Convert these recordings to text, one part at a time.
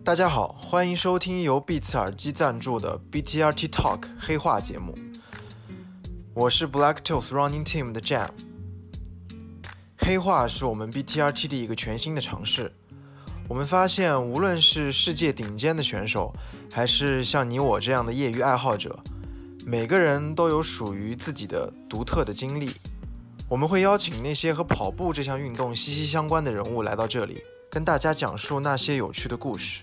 大家好，欢迎收听由 Beats 耳机赞助的 BTRT Talk 黑话节目。我是 Blacktooth Running Team 的 Jam。黑话是我们 BTRT 的一个全新的尝试。我们发现，无论是世界顶尖的选手，还是像你我这样的业余爱好者，每个人都有属于自己的独特的经历。我们会邀请那些和跑步这项运动息息相关的人物来到这里，跟大家讲述那些有趣的故事。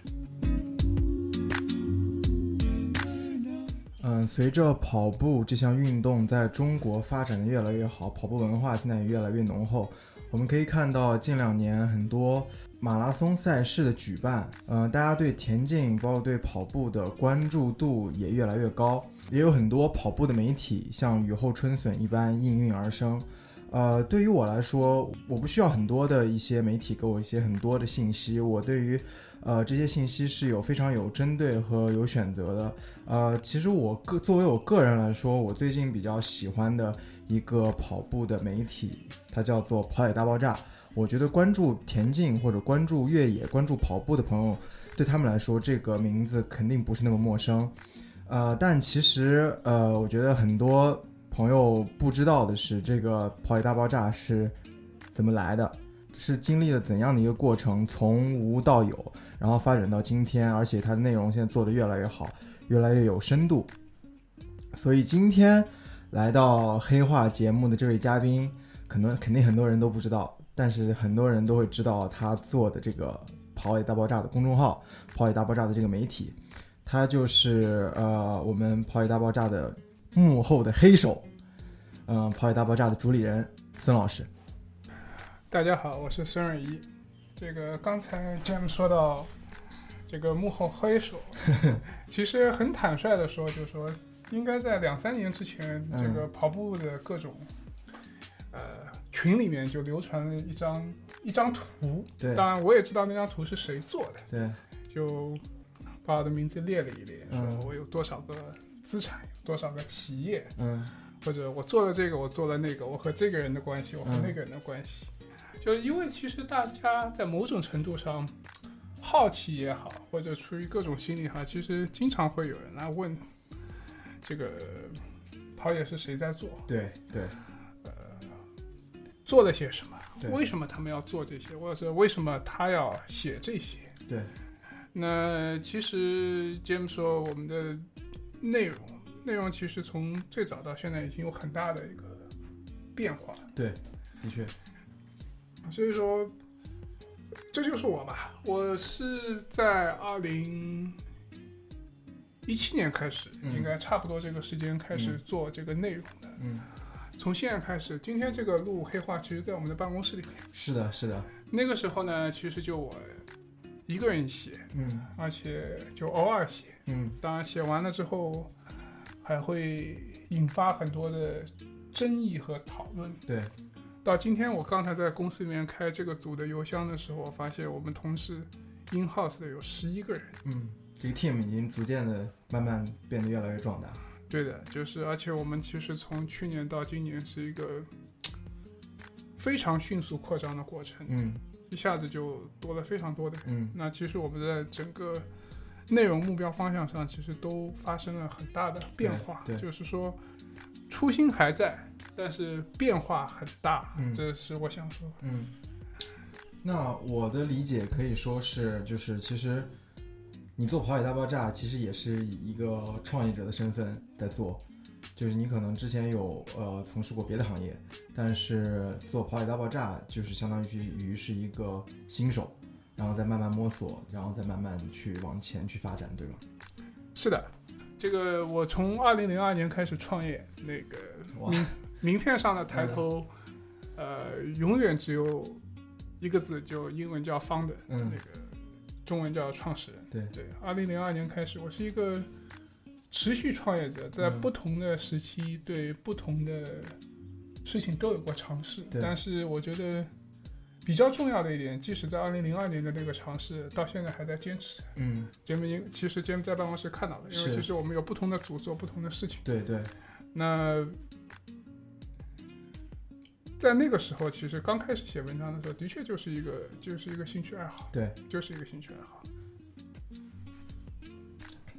随着跑步这项运动在中国发展的越来越好，跑步文化现在也越来越浓厚。我们可以看到近2年很多马拉松赛事的举办，大家对田径包括对跑步的关注度也越来越高，也有很多跑步的媒体像雨后春笋一般应运而生。对于我来说，我不需要很多的一些媒体给我一些很多的信息，我对于这些信息是非常有针对和有选择的。其实作为我个人来说，我最近比较喜欢的一个跑步的媒体，它叫做跑野大爆炸。我觉得关注田径或者关注越野、关注跑步的朋友，对他们来说这个名字肯定不是那么陌生。但其实我觉得很多朋友不知道的是，这个跑野大爆炸是怎么来的，是经历了怎样的一个过程，从无到有，然后发展到今天，而且它的内容现在做得越来越好，越来越有深度。所以今天来到黑话节目的这位嘉宾，肯定很多人都不知道，但是很多人都会知道他做的这个跑野大爆炸的公众号，跑野大爆炸的这个媒体，他就是我们跑野大爆炸的幕后的黑手，跑野大爆炸的主理人孙老师。 大家好，我是孙尔一。这个刚才 Jam 说到这个幕后黑手，其实很坦率的说，就是说应该在2-3年之前，这个跑步的各种群里面就流传了一张图。 对， 当然我也知道那张图是谁做的。 对， 就把我的名字列了一列，说我有多少个资产，有多少个企业，或者我做了这个，我做了那个，我和这个人的关系，我和那个人的关系。就因为其实大家在某种程度上好奇也好，或者出于各种心理哈，其实经常会有人来问这个跑野是谁在做， 对， 做了些什么，为什么他们要做这些，或者是为什么他要写这些。 对， 那其实 James 说我们的内容其实从最早到现在已经有很大的一个变化。 对，的确。 所以说这就是我吧，我是在2017年开始，应该差不多这个时间开始做这个内容的。从现在开始，今天这个录黑话其实在我们的办公室里面。是的。那个时候呢，其实就我一个人写，而且就偶尔写，当然写完了之后还会引发很多的争议和讨论。 对， 到今天我刚才在公司里面开这个组的邮箱的时候，我发现我们同事 in house 的有11个人。 这个 team 已经逐渐的慢慢变得越来越壮大。 对的，就是而且我们其实从去年到今年是一个非常迅速扩张的过程。一下子就多了非常多的人。那其实我们在整个内容目标方向上其实都发生了很大的变化。就是说初心还在，但是变化很大。这是我想说。 那我的理解可以说是，就是其实你做跑野大爆炸其实也是以一个创业者的身份在做，就是你可能之前有从事过别的行业，但是做跑野大爆炸就是相当于是一个新手，然后再慢慢摸索，然后再慢慢去往前去发展，对吧？ 是的，这个我从2002年开始创业，那个名片上的抬头永远只有一个字，就英文叫 founder，那个中文叫创始人。对，2002年开始，我是一个持续创业者，在不同的时期对不同的事情都有过尝试。但是我觉得比较重要的一点，即使在2002年的那个尝试，到现在还在坚持。其实 James 在办公室看到了，因为其实我们有不同的组做不同的事情。 对。 那在那个时候，其实刚开始写文章的时候，的确就是一个兴趣爱好。 对， 就是一个兴趣爱好。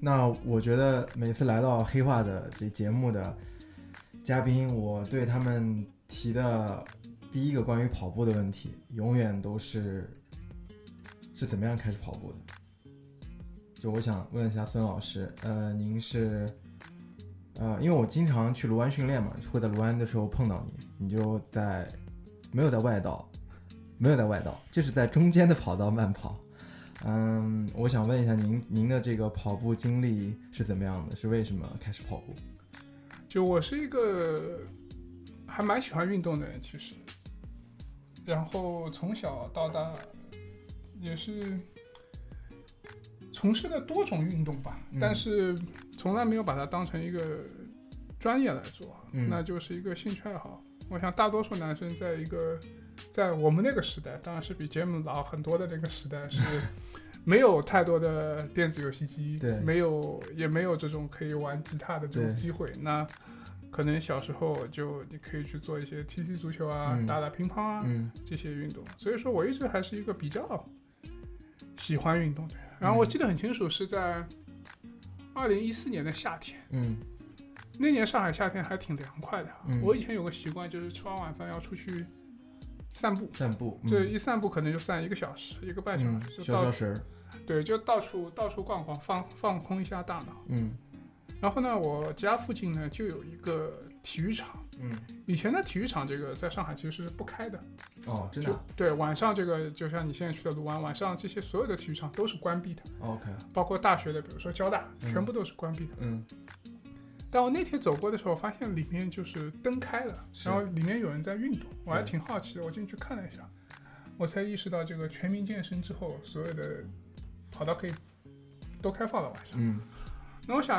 那我觉得每次来到黑话的这节目的嘉宾，我对他们提的第一个关于跑步的问题，永远都是怎么样开始跑步的。就我想问一下孙老师，您是因为我经常去卢湾训练嘛，会在卢湾的时候碰到你，你就没有在外道，就是在中间的跑道慢跑。我想问一下您的这个跑步经历是怎么样的？是为什么开始跑步？ 就我是一个还蛮喜欢运动的人，其实，然后从小到大也是从事了多种运动吧，但是从来没有把它当成一个专业来做，那就是一个兴趣爱好。我想大多数男生在我们那个时代，当然是比节目老很多的那个时代，是没有太多的电子游戏机，也没有这种可以玩吉他的这种机会。那可能小时候你可以去做一些踢足球啊，打打乒乓啊，这些运动。所以说我一直还是一个比较喜欢运动的人。然后我记得很清楚，是在2014年的夏天，那年上海夏天还挺凉快的。我以前有个习惯，就是吃完晚饭要出去散步，这一散步可能就散1个小时，1个半小时， 消神。 对，就到处逛逛，放空一下大脑。然后呢，我家附近呢就有一个体育场。以前的体育场这个在上海其实是不开的。 哦，真的？ 对，晚上这个就像你现在去的卢湾，晚上这些所有的体育场都是关闭的。 OK。 包括大学的，比如说交大，全部都是关闭的。但我那天走过的时候，发现里面就是灯开了，然后里面有人在运动，我还挺好奇的，我进去看了一下，我才意识到这个全民健身之后，所有的跑道可以都开放了晚上。那我想，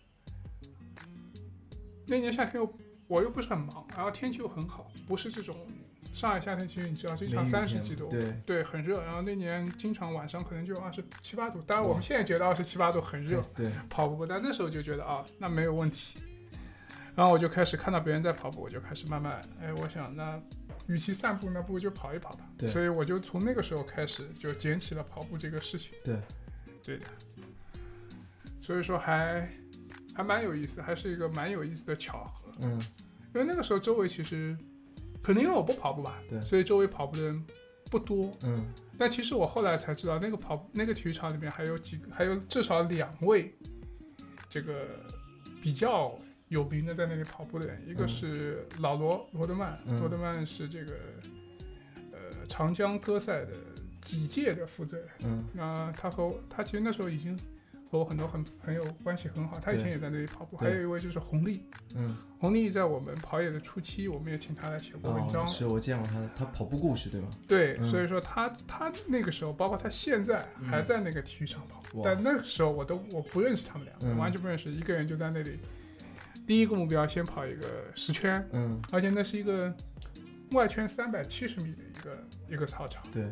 那年夏天我又不是很忙，然后天气又很好，不是这种上海夏天，其实你知道经常30几度，对，很热。然后那年经常晚上可能就27、8度，当然我们现在觉得27、8度很热， 对， 跑步，但那时候就觉得那没有问题。然后我就开始看到别人在跑步，我就开始慢慢，我想那与其散步，那不如就跑一跑吧。对，所以我就从那个时候开始就捡起了跑步这个事情。对的。所以说还蛮有意思，还是一个蛮有意思的巧合。因为那个时候周围其实可能因为我不跑步吧，所以周围跑步的人不多。但其实我后来才知道，那个体育场里面还有至少2位这个比较有名的在那里跑步的人，一个是老罗德曼，罗德曼是这个长江歌赛的几届的负责人。他其实那时候已经和我很多朋友关系很好，他以前也在那里跑步。还有一位就是洪丽，洪丽在我们跑野的初期，我们也请他来写过文章。 是我见过他跑步故事，对吗？ 对，所以说他那个时候，包括他现在还在那个体育场跑，但那个时候我不认识他们两个，完全不认识。一个人就在那里，第一个目标先跑一个10圈，而且那是一个外圈370米的一个操场。 对。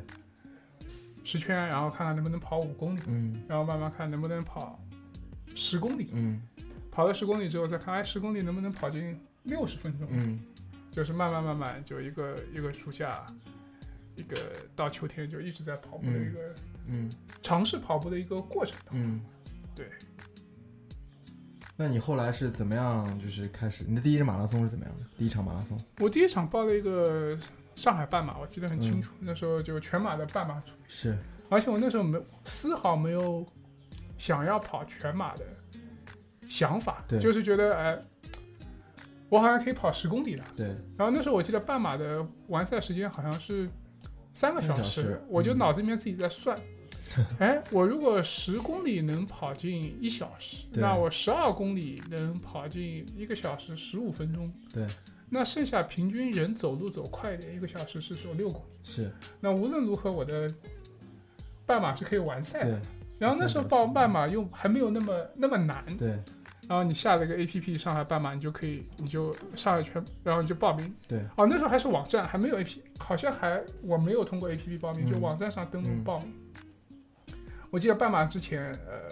10圈，然后看看能不能跑5公里，然后慢慢看能不能跑10公里，跑了10公里之后再看10公里能不能跑进60分钟，就是慢慢就一个暑假，一个到秋天就一直在跑步的一个，尝试跑步的一个过程。对。 那你后来是怎么样？就是开始你的第一场马拉松是怎么样的？第一场马拉松， 我第一场报了一个上海半马，我记得很清楚，那时候就全马的半马组。 是， 而且我那时候丝毫没有想要跑全马的想法，就是觉得我好像可以跑10公里了。 对。 然后那时候我记得半马的完赛时间好像是3个小时，我就脑子里面自己在算，我如果10公里能跑进1小时，那我12公里能跑进1个小时15分钟。 对。 那剩下平均人走路走快一点，1个小时是走6公里。 是。 那无论如何，我的半马是可以完赛的。然后那时候报半马又还没有那么难。 对。 然后你下了一个 APP 上海半马，你就上海全，然后你就报名。 对。 那时候还是网站，还没有 APP， 好像我没有通过 APP 报名，就网站上登录报名。我记得半马之前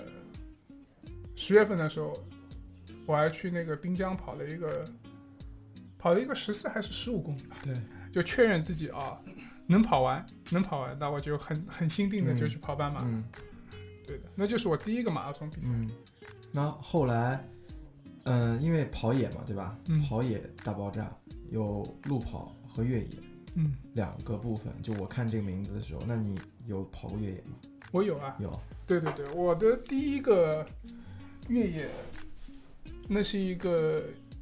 ，10月份的时候，我还去那个滨江跑了一个14还是15公里吧。 对。 就确认自己能跑完，那我就很心定的就去跑半马。 对的，那就是我第一个马拉松比赛。 那后来，因为跑野嘛，对吧？跑野大爆炸有路跑和越野，两个部分。就我看这个名字的时候，那你有跑过越野吗？ 我有啊， 有。 对对对，我的第一个越野，那是一个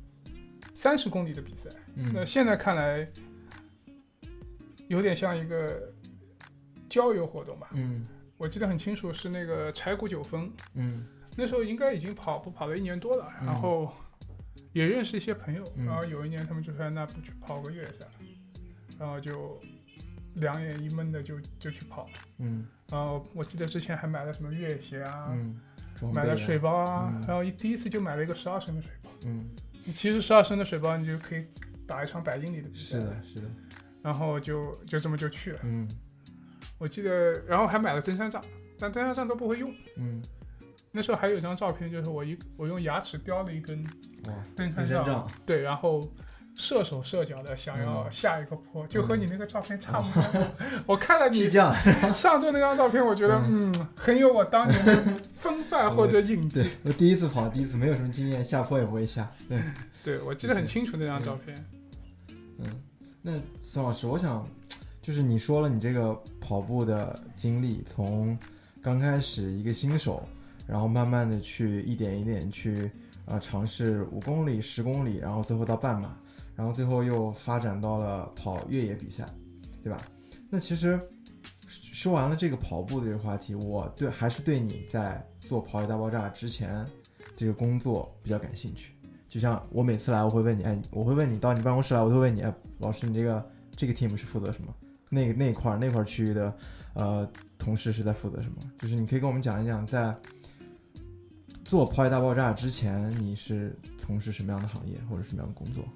30公里的比赛。那现在看来，有点像一个郊游活动吧。我记得很清楚，是那个柴谷9峰。那时候应该已经跑了1年多了，然后也认识一些朋友，然后有一年他们就说那不去跑个越野赛，然后就两眼一闷的就去跑。然后我记得之前还买了什么越野鞋啊，买了水包啊，然后第一次就买了一个12升的水包。其实12升的水包你就可以打一场100英里的比赛。 是的。然后就这么就去了。我记得，然后还买了登山杖，但登山杖都不会用。那时候还有一张照片，就是我用牙齿雕了一根登山杖，对，然后射手射脚的想要下一个坡，就和你那个照片差不多。我看了你上周那张照片，我觉得很有我当年的风范或者影子。 我第一次跑，没有什么经验，下坡也不会下。 对，我记得很清楚那张照片。 那孙老师，我想就是你说了你这个跑步的经历，从刚开始一个新手，然后慢慢的去一点一点去尝试5公里、10公里，然后最后到半马，然后最后又发展到了跑越野比赛，对吧？那其实说完了这个跑步的这个话题，我还是对你在做跑野大爆炸之前这个工作比较感兴趣。就像我每次来，我会问你到你办公室来，我会问你，老师，你这个 team 是负责什么？那块区域的同事是在负责什么？就是你可以跟我们讲一讲，在做跑野大爆炸之前，你是从事什么样的行业或者什么样的工作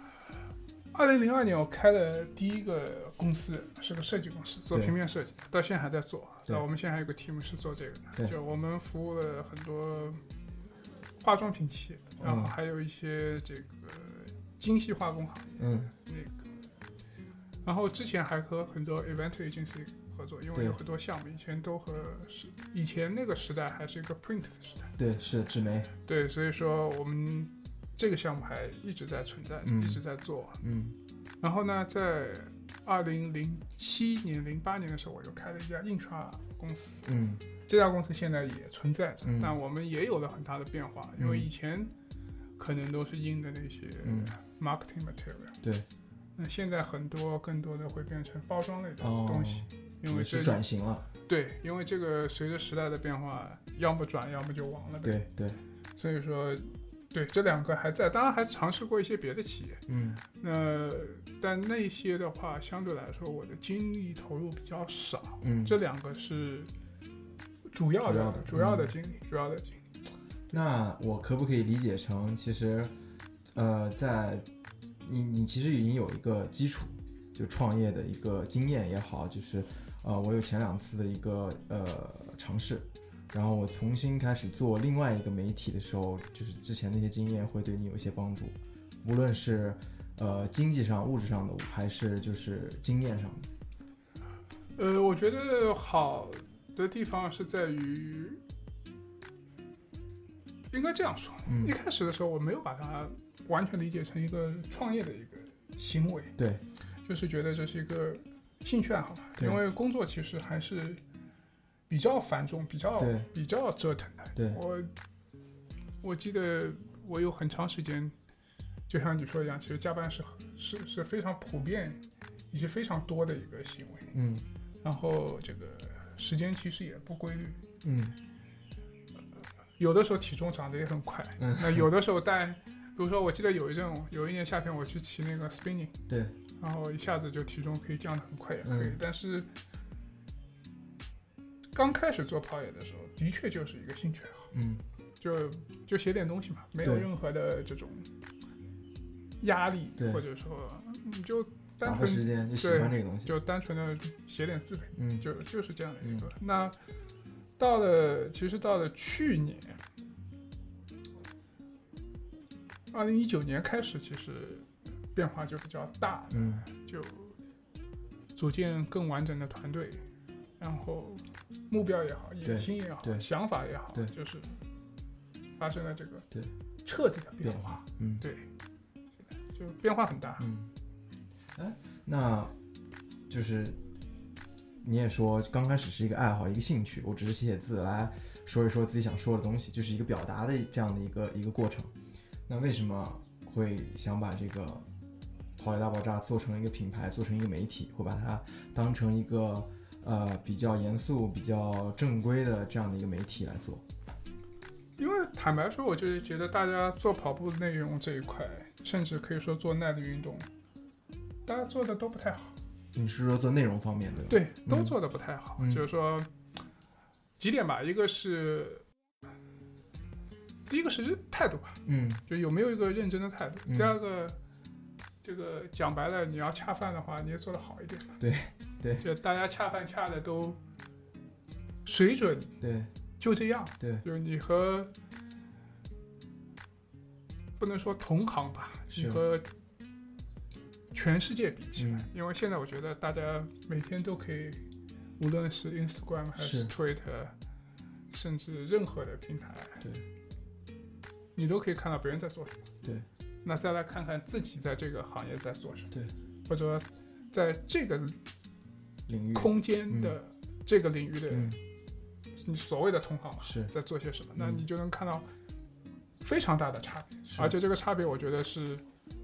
？2002年我开的第一个公司是个设计公司，做平面设计，到现在还在做。我们现在还有个 team 是做这个的，就我们服务了很多化妆品企业，然后还有一些这个精细化工行业，然后之前还和很多 event agency 合作，因为有很多项目以前那个时代还是一个 print 的时代， 对，是纸媒， 对，所以说我们这个项目还一直在存在，一直在做，然后呢，在2007年、08年的时候，我就开了一家印刷公司，这家公司现在也存在着，但我们也有了很大的变化，因为以前可能都是印的那些 marketing material， 对。 那现在更多的会变成包装类的东西，因为是转型了。 对，因为这个随着时代的变化，要么转，要么就亡了。 对。 所以说，对这两个还在，当然还尝试过一些别的企业。但那些的话，相对来说我的精力投入比较少。这两个是主要的精力。 那我可不可以理解成，其实，在你其实已经有一个基础，就创业的一个经验也好，就是我有前2次的一个尝试，然后我重新开始做另外一个媒体的时候，就是之前那些经验会对你有一些帮助，无论是经济上、物质上的，还是就是经验上的。我觉得好的地方是在于，应该这样说，一开始的时候我没有把它完全理解成一个创业的一个行为， 对， 就是觉得这是一个兴趣爱好嘛，因为工作其实还是比较繁重、比较折腾的。 对， 我记得我有很长时间，就像你说一样，其实加班是非常普遍以及非常多的一个行为。然后这个时间其实也不规律。有的时候体重长得也很快，那有的时候比如说我记得有一年夏天我去骑那个 spinning， 对， 然后一下子就体重可以降得很快也可以，但是刚开始做跑野的时候的确就是一个兴趣爱好，就写点东西嘛，没有任何的这种压力，或者说你就单纯打发时间，就喜欢这个东西， 就单纯的写点字呗，就是这样的一个。那其实到了去年2019年开始，其实变化就比较大了，就组建更完整的团队，然后目标也好，野心也好，想法也好， 对， 就是发生了这个对彻底的变化。对，就变化很大。 那就是你也说刚开始是一个爱好，一个兴趣，我只是写字来说一说自己想说的东西，就是一个表达的这样的一个过程。那为什么会想把这个跑野大爆炸做成一个品牌，做成一个媒体，会把它当成一个比较严肃、比较正规的这样的一个媒体来做？ 因为坦白说，我就是觉得大家做跑步内容这一块，甚至可以说做耐力运动，大家做的都不太好。 你是说做内容方面的？ 对，都做的不太好。就是说几点吧，一个是第一个是态度吧，就有没有一个认真的态度。第二个，这个讲白了，你要恰饭的话，你也做得好一点嘛。 对， 就大家恰饭恰的都水准， 对， 就这样。 对， 就是你和不能说同行吧，你和全世界比起来，因为现在我觉得大家每天都可以，无论是 Instagram 还是 Twitter， 甚至任何的平台， 对， 你都可以看到别人在做什么。 对， 那再来看看自己在这个行业在做什么。 对， 或者说在这个领域空间的这个领域的你所谓的同行是在做些什么，那你就能看到非常大的差别。而且这个差别我觉得是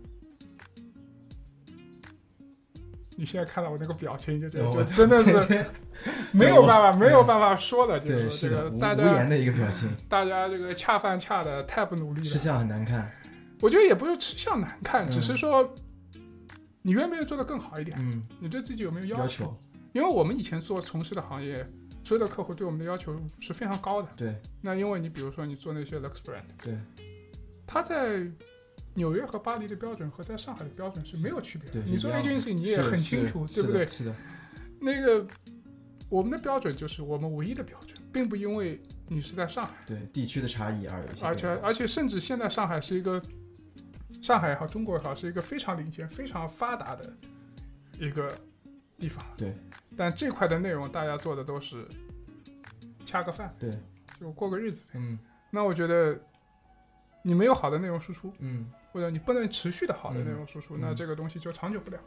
你现在看到我那个表情就真的是没有办法说的，就是说这个大家无言的一个表情， 大家这个恰饭恰的太不努力了， 吃相很难看。 我觉得也不是吃相难看，只是说你愿不愿意做得更好一点，你对自己有没有要求？因为我们以前从事的行业，所有的客户对我们的要求是非常高的。 对。 那因为你比如说你做那些 Lux Brand， 对， 它在纽约和巴黎的标准和在上海的标准是没有区别的。你做 agency 你也很清楚，对不对？ 是的。 那个我们的标准就是我们唯一的标准，并不因为你是在上海， 对地区的差异而有一些。 而且甚至现在上海是一个。上海也好，中国也好，是一个非常领先、非常发达的一个地方。 对。 但这块的内容，大家做的都是恰个饭， 对， 就过个日子。那我觉得你没有好的内容输出，或者你不能持续的好的内容输出，那这个东西就长久不了。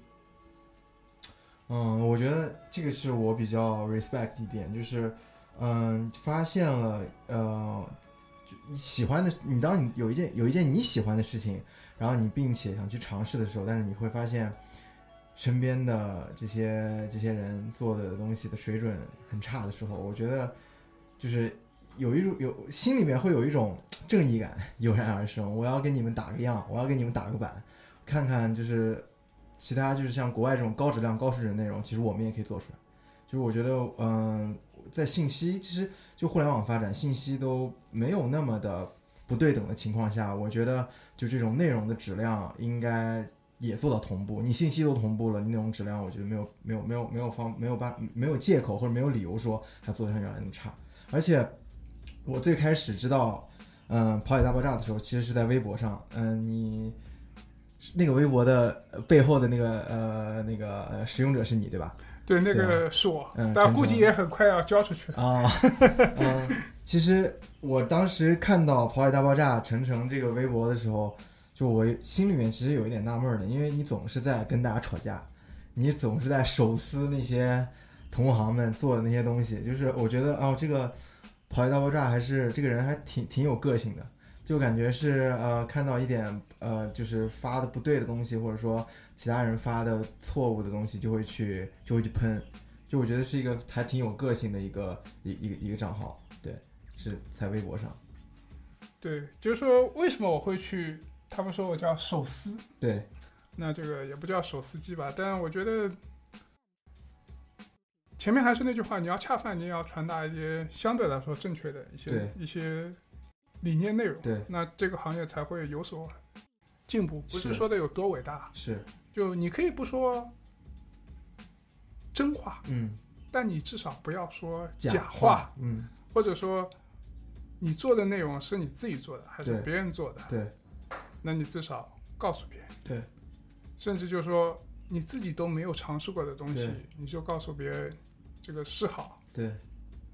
我觉得这个是我比较 respect 一点，就是发现了喜欢的你，当你有一件你喜欢的事情，然后你并且想去尝试的时候，但是你会发现身边的这些人做的东西的水准很差的时候，我觉得就是心里面会有一种正义感油然而生。我要跟你们打个样，我要跟你们打个板，看看就是其他就是像国外这种高质量高水准的内容，其实我们也可以做出来。就是我觉得在信息其实就互联网发展，信息都没有那么的不对等的情况下，我觉得就这种内容的质量应该也做到同步。你信息都同步了，你内容质量我觉得没有借口或者没有理由说它做得像原来那么差。而且我最开始知道跑野大爆炸的时候，其实是在微博上。你那个微博的背后的那个使用者是你对吧？ 对，那个是我，但估计也很快要交出去了。 其实我当时看到跑野大爆炸陈诚这个微博的时候，就我心里面其实有一点纳闷的，因为你总是在跟大家吵架，你总是在手撕那些同行们做的那些东西，就是我觉得这个跑野大爆炸还是这个人还挺有个性的。就感觉是看到一点就是发的不对的东西，或者说其他人发的错误的东西，就会去喷。就我觉得是一个还挺有个性的一个账号。对，是在微博上。 对，就是说为什么我会去，他们说我叫手撕。 对， 那这个也不叫手撕鸡吧，但我觉得前面还是那句话，你要恰饭，你也要传达一些相对来说正确的一些理念内容， 对， 那这个行业才会有所进步。不是说的有多伟大， 是， 就你可以不说真话，但你至少不要说假话，或者说你做的内容是你自己做的还是别人做的， 对， 那你至少告诉别人， 对， 甚至就是说你自己都没有尝试过的东西，你就告诉别人这个是好， 对，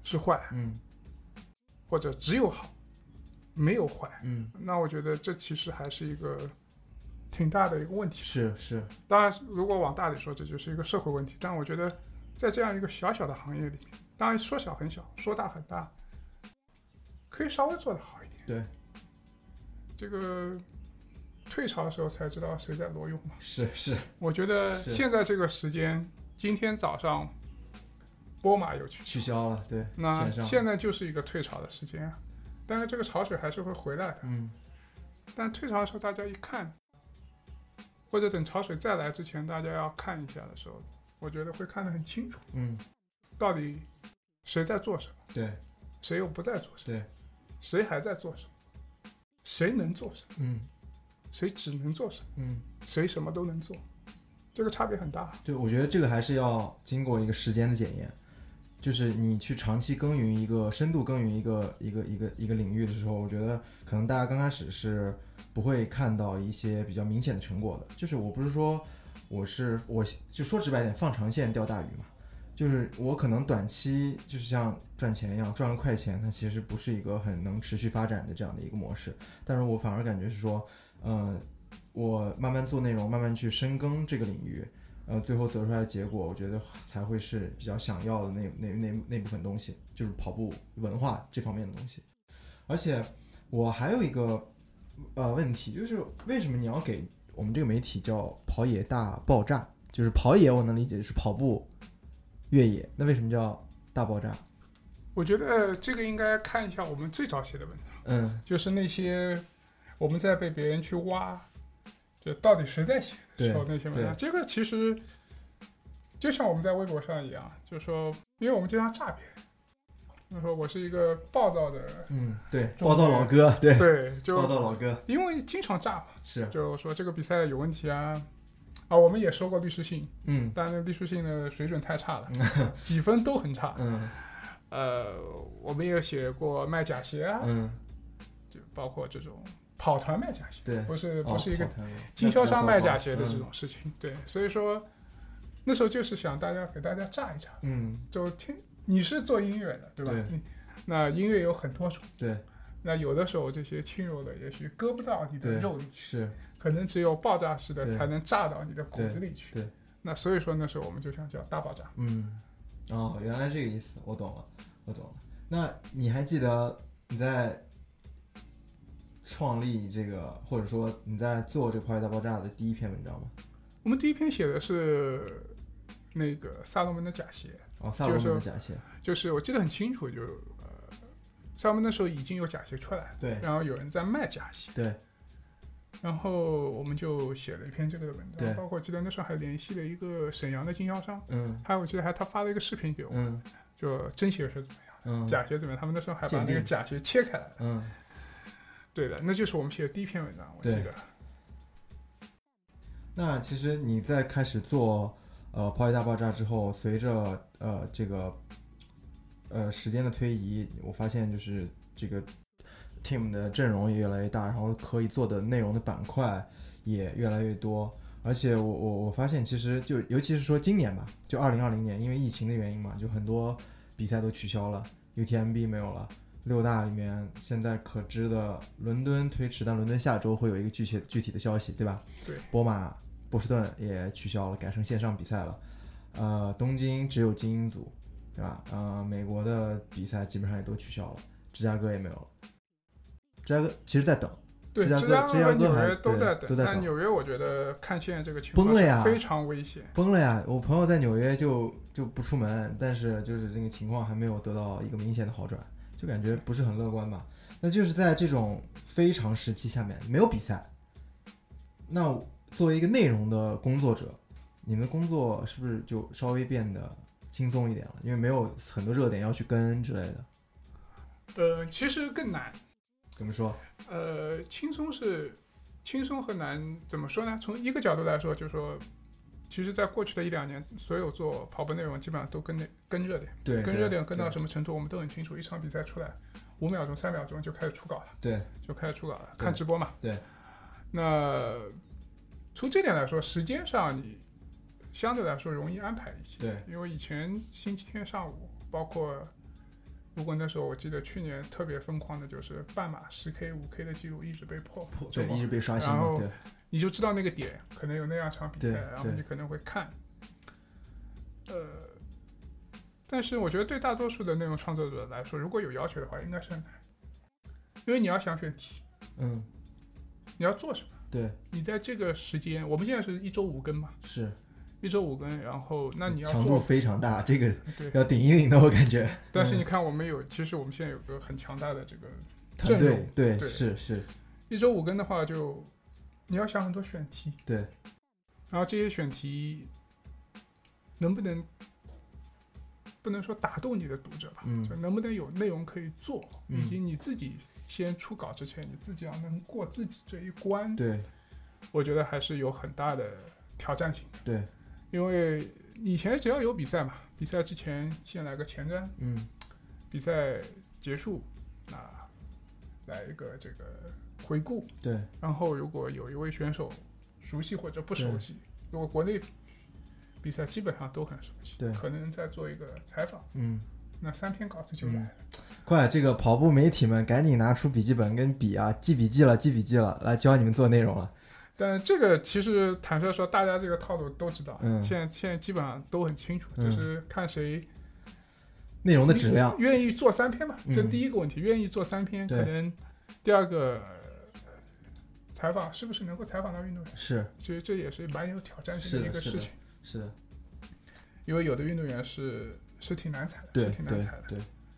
是坏，或者只有好没有坏，那我觉得这其实还是一个挺大的一个问题。 是， 当然如果往大里说，这就是一个社会问题，但我觉得在这样一个小小的行业里面，当然说小很小，说大很大，可以稍微做得好一点。 对， 这个退潮的时候才知道谁在裸泳嘛。 是， 我觉得现在这个时间，今天早上波马又取消了，对， 那现在就是一个退潮的时间啊，但是这个潮水还是会回来的。但退潮的时候大家一看，或者等潮水再来之前大家要看一下的时候，我觉得会看得很清楚。到底谁在做什么？ 对， 谁又不在做什么？ 对， 谁还在做什么？谁能做什么？谁只能做什么？谁什么都能做，这个差别很大。 对，我觉得这个还是要经过一个时间的检验，就是你去长期耕耘一个深度耕耘一个领域的时候，我觉得可能大家刚开始是不会看到一些比较明显的成果的。就是我不是说我就说直白点，放长线钓大鱼嘛。就是我可能短期就是像赚钱一样，赚个快钱，它其实不是一个很能持续发展的这样的一个模式。但是我反而感觉是说，我慢慢做内容，慢慢去深耕这个领域，最后得出来的结果，我觉得才会是比较想要的那部分东西，就是跑步文化这方面的东西。而且我还有一个问题，就是为什么你要给我们这个媒体叫跑野大爆炸？就是跑野我能理解是跑步越野，那为什么叫大爆炸？ 我觉得这个应该看一下我们最早写的文章，就是那些我们在被别人去挖，就到底谁在写的时候那些文章。这个其实就像我们在微博上一样，就是说，因为我们经常诈骗，就是说我是一个暴躁的， 对，暴躁老哥， 对，就暴躁老哥， 因为经常诈嘛， 是， 就说这个比赛有问题啊。我们也收过律师信，但那律师信的水准太差了，几分都很差。我们也写过卖假鞋啊，就包括这种跑团卖假鞋， 对， 不是一个经销商卖假鞋的这种事情，对，所以说那时候就是想给大家炸一炸，就你是做音乐的，对吧？ 对， 那音乐有很多种， 对， 那有的时候这些轻柔的也许割不到你的肉里去， 是。 可能只有爆炸式的才能炸到你的骨子里去。 对， 那所以说那时候我们就想叫大爆炸。 原来这个意思，我懂了。那你还记得你在创立这个，或者说你在做这个跑野大爆炸的第一篇文章吗？ 我们第一篇写的是那个萨洛门的假鞋。 萨洛门的假鞋， 就是我记得很清楚，萨洛门那时候已经有假鞋出来， 对， 然后有人在卖假鞋， 对。 然后我们就写了一篇这个的文章，包括记得那时候还联系了一个沈阳的经销商，还有我记得他发了一个视频给我们，就真鞋是怎么样，假鞋怎么样，他们那时候还把那个假鞋切开来了，对的，那就是我们写的第一篇文章，我记得。 那其实你在开始做跑野大爆炸之后，随着这个时间的推移，我发现就是这个team 的阵容也越来越大，然后可以做的内容的板块也越来越多，而且我发现其实就尤其是说今年吧，就2020年，因为疫情的原因嘛，就很多比赛都取消了 ，UTMB 没有了，6大里面现在可知的伦敦推迟，但伦敦下周会有一个具体的消息，对吧？ 对， 波士顿也取消了，改成线上比赛了，东京只有精英组，对吧？美国的比赛基本上也都取消了，芝加哥也没有了。芝加哥其实在等， 对，芝加哥、纽约都在等。但纽约我觉得看现在这个情况崩了呀， 非常危险， 崩了呀！我朋友在纽约就不出门，但是就是这个情况还没有得到一个明显的好转，就感觉不是很乐观吧。那就是在这种非常时期下面没有比赛，那作为一个内容的工作者，你们的工作是不是就稍微变得轻松一点了？因为没有很多热点要去跟之类的。其实更难。 怎么说？ 轻松和难怎么说呢？从一个角度来说，就是说，其实在过去的1-2年，所有做跑步内容基本上都跟热点， 对， 跟热点跟到什么程度，我们都很清楚。一场比赛出来，5秒钟、3秒钟就开始出稿了， 对， 就开始出稿了，看直播嘛， 对。 那从这点来说，时间上你相对来说容易安排一些， 对， 因为以前星期天上午，包括如果那时候我记得去年特别疯狂的就是半马10K、5K 的记录一直被破， 对，一直被刷新然后对， 你就知道那个点可能有那样场比赛， 对然后你可能会看。但是我觉得对大多数的内容创作者来说，如果有要求的话，应该是很难，因为你要想选题，你要做什么？ 对， 你在这个时间，我们现在是1周5更嘛， 是 1周5更，然后那你要强度非常大，这个对要顶一顶的，我感觉。 但是你看，其实我们现在有个很强大的这个团队，对， 对， 是 1周5更的话，就你要想很多选题， 对， 然后这些选题能不能说打动你的读者吧，就能不能有内容可以做，以及你自己先出稿之前，你自己要能过自己这一关， 对， 我觉得还是有很大的挑战性的， 对， 因为以前只要有比赛嘛，比赛之前先来个前瞻，比赛结束来一个这个回顾， 对， 然后如果有一位选手熟悉或者不熟悉，如果国内比赛基本上都很熟悉， 对， 可能再做一个采访，那3篇稿子就来了。 快，这个跑步媒体们赶紧拿出笔记本跟笔啊，记笔记了，来教你们做内容了。 但这个其实坦率说，大家这个套路都知道，现在基本上都很清楚，就是看谁内容的质量愿意做3篇嘛，这第一个问题，愿意做3篇，可能第二个采访是不是能够采访到运动员， 是， 其实这也是蛮有挑战性的一个事情， 是的， 因为有的运动员是挺难采的， 对， 是挺难采的， 对，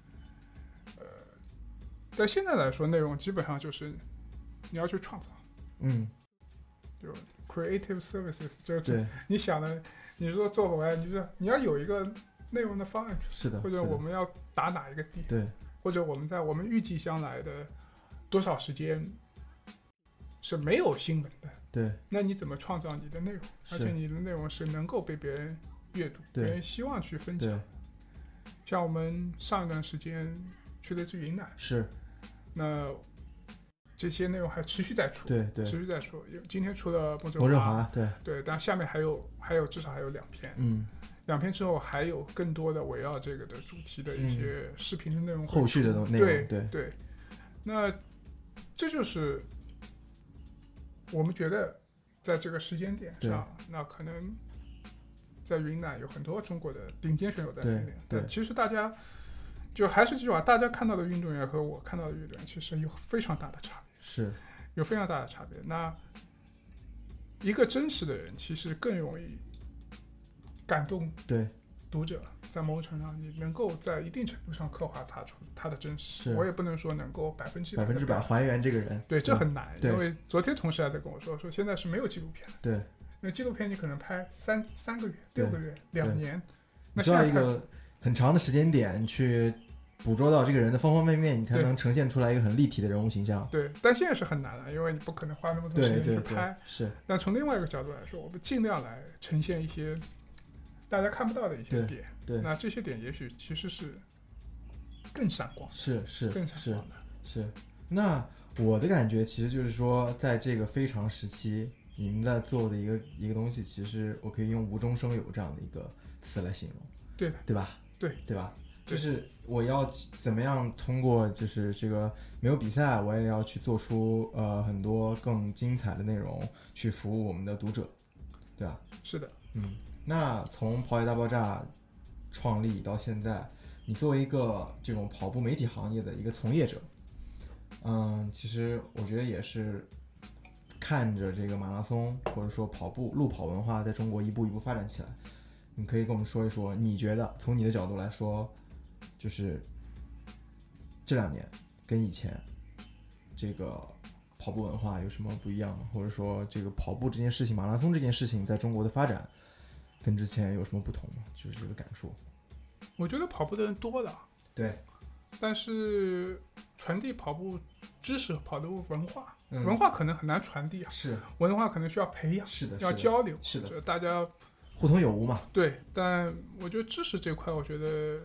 但现在来说，内容基本上就是你要去创造，就 creative services， 就是你想的，你说做文案，你要有一个内容的方案， 是的， 或者我们要打哪一个点， 对， 或者我们预计将来的多少时间是没有新闻的， 对， 那你怎么创造你的内容，而且你的内容是能够被别人阅读，别人希望去分享。像我们上一段时间去了一次云南， 是， 那这些内容还持续在出， 对， 持续在出。今天出了莫振华， 对，但下面还有至少还有2篇，2篇之后还有更多的围绕这个的主题的一些视频的内容， 后续的内容， 对。那这就是我们觉得在这个时间点上，那可能在云南有很多中国的顶尖选手在训练，但其实大家就还是这句话，大家看到的运动员和我看到的运动员其实有非常大的差别， 是有非常大的差别。那一个真实的人其实更容易感动读者，在某种程度上你能够在一定程度上刻画他的真实，我也不能说能够100% 还原这个人， 对，这很难，因为昨天同事还在跟我说现在是没有纪录片的， 对， 因为纪录片你可能拍3个月、6个月、2年， 你需要一个很长的时间点去捕捉到这个人的方方面面，你才能呈现出来一个很立体的人物形象。 对，但现在是很难了，因为你不可能花那么多时间去拍。 是。 但从另外一个角度来说，我们尽量来呈现一些大家看不到的一些点。 对。 那这些点也许其实是更闪光。 是更闪光的。 是。那我的感觉其实就是说，在这个非常时期，你们在做的一个东西，其实我可以用无中生有这样的一个词来形容。 对的。 对吧？ 对吧？就是我要怎么样通过就是这个没有比赛，我也要去做出很多更精彩的内容去服务我们的读者，对吧？ 是的。 那从跑野大爆炸创立到现在，你作为一个这种跑步媒体行业的一个从业者，其实我觉得也是看着这个马拉松或者说路跑文化在中国一步一步发展起来，你可以跟我们说一说，你觉得从你的角度来说，就是这2年跟以前这个跑步文化有什么不一样吗？或者说这个跑步这件事情，马拉松这件事情在中国的发展跟之前有什么不同吗？就是这个感受。 我觉得跑步的人多了， 对， 但是传递跑步知识、跑步文化，文化可能很难传递啊， 是文化可能需要培养， 是的， 要交流， 是的， 大家互通有无嘛。 对，但我觉得知识这块，我觉得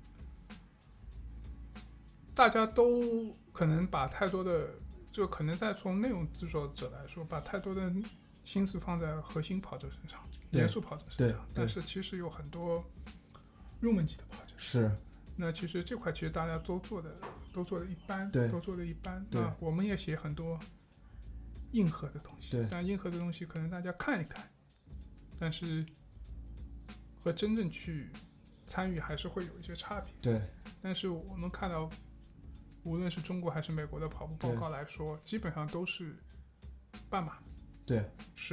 大家都可能把太多的，就可能在从内容制作者来说，把太多的心思放在核心跑者身上，严肃跑者身上，但是其实有很多入门级的跑者， 是， 那其实这块其实大家都做的一般， 对都做的一般。 对那我们也写很多硬核的东西， 对但硬核的东西可能大家看一看，但是和真正去参与还是会有一些差别。 对， 但是我们看到，无论是中国还是美国的跑步报告来说，基本上都是半马， 对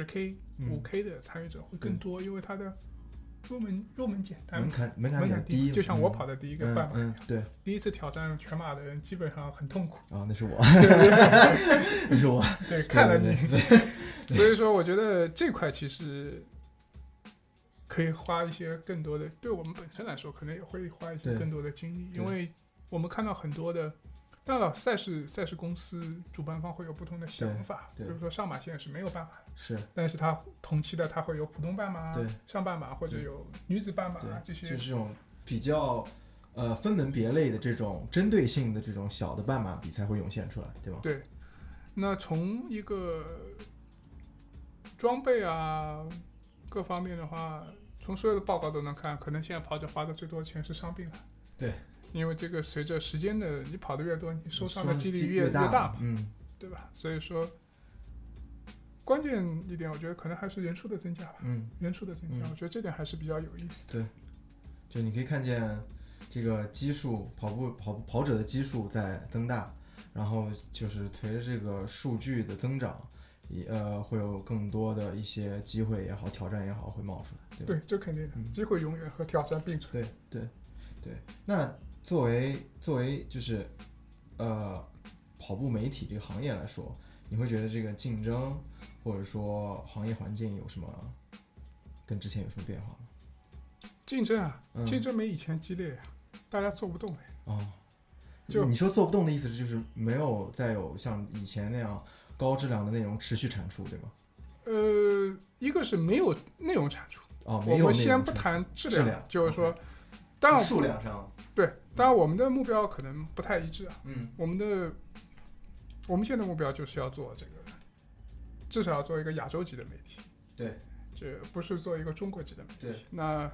，10K、5K 的参与者会更多，因为它的入门简单， 门槛比较低， 就像我跑的第一个半马一样， 对， 第一次挑战全马的人基本上很痛苦啊，那是我，那是我， 对，看了你，所以说我觉得这块其实可以花一些更多的，对我们本身来说，可能也会花一些更多的精力，因为我们看到很多的。当然了，赛事公司主办方会有不同的想法，比如说上马线是没有半马的， 是， 但是它同期的它会有普通半马、上半马或者有女子半马这些， 就是这种比较分门别类的这种针对性的这种小的半马比赛会涌现出来，对吧？ 对。那从一个装备啊各方面的话，从所有的报告都能看，可能现在跑者花的最多的钱是伤病了。 对。 因为这个随着时间的你跑得越多，你受伤的几率越大嘛，对吧？所以说，关键一点，我觉得可能还是人数的增加吧。人数的增加，我觉得这点还是比较有意思的。 对，就你可以看见这个基数，跑者的基数在增大，然后就是随着这个数据的增长，会有更多的一些机会也好，挑战也好会冒出来，对吧？ 对，这肯定的，机会永远和挑战并存。 对。那作为就是跑步媒体这个行业来说，你会觉得这个竞争或者说行业环境有什么跟之前有什么变化吗？ 竞争啊，竞争没以前激烈呀，大家做不动了。就你说做不动的意思就是没有再有像以前那样高质量的内容持续产出，对吗？ 一个是没有内容产出。 没有。 我们先不谈质量，就是说。当然数量上对，当然我们的目标可能不太一致啊。我们现在的目标就是要做这个，至少要做一个亚洲级的媒体。 对， 这不是做一个中国级的媒体。 对， 那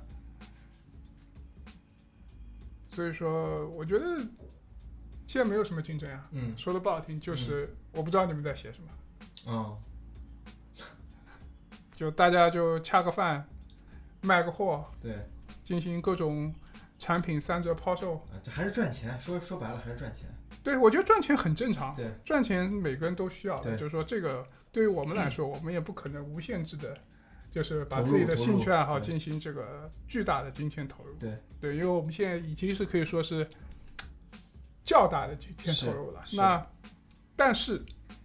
所以说，我觉得现在没有什么竞争啊。说的不好听，就是我不知道你们在写什么。就大家就恰个饭，卖个货， 对， 进行各种。产品3折抛售， 这还是赚钱。说白了还是赚钱。 对，我觉得赚钱很正常。 对， 赚钱每个人都需要的。就是说，这个对于我们来说，我们也不可能无限制的，就是把自己的兴趣爱好进行这个巨大的金钱投入。对，因为我们现在已经是可以说是较大的金钱投入了。那但是，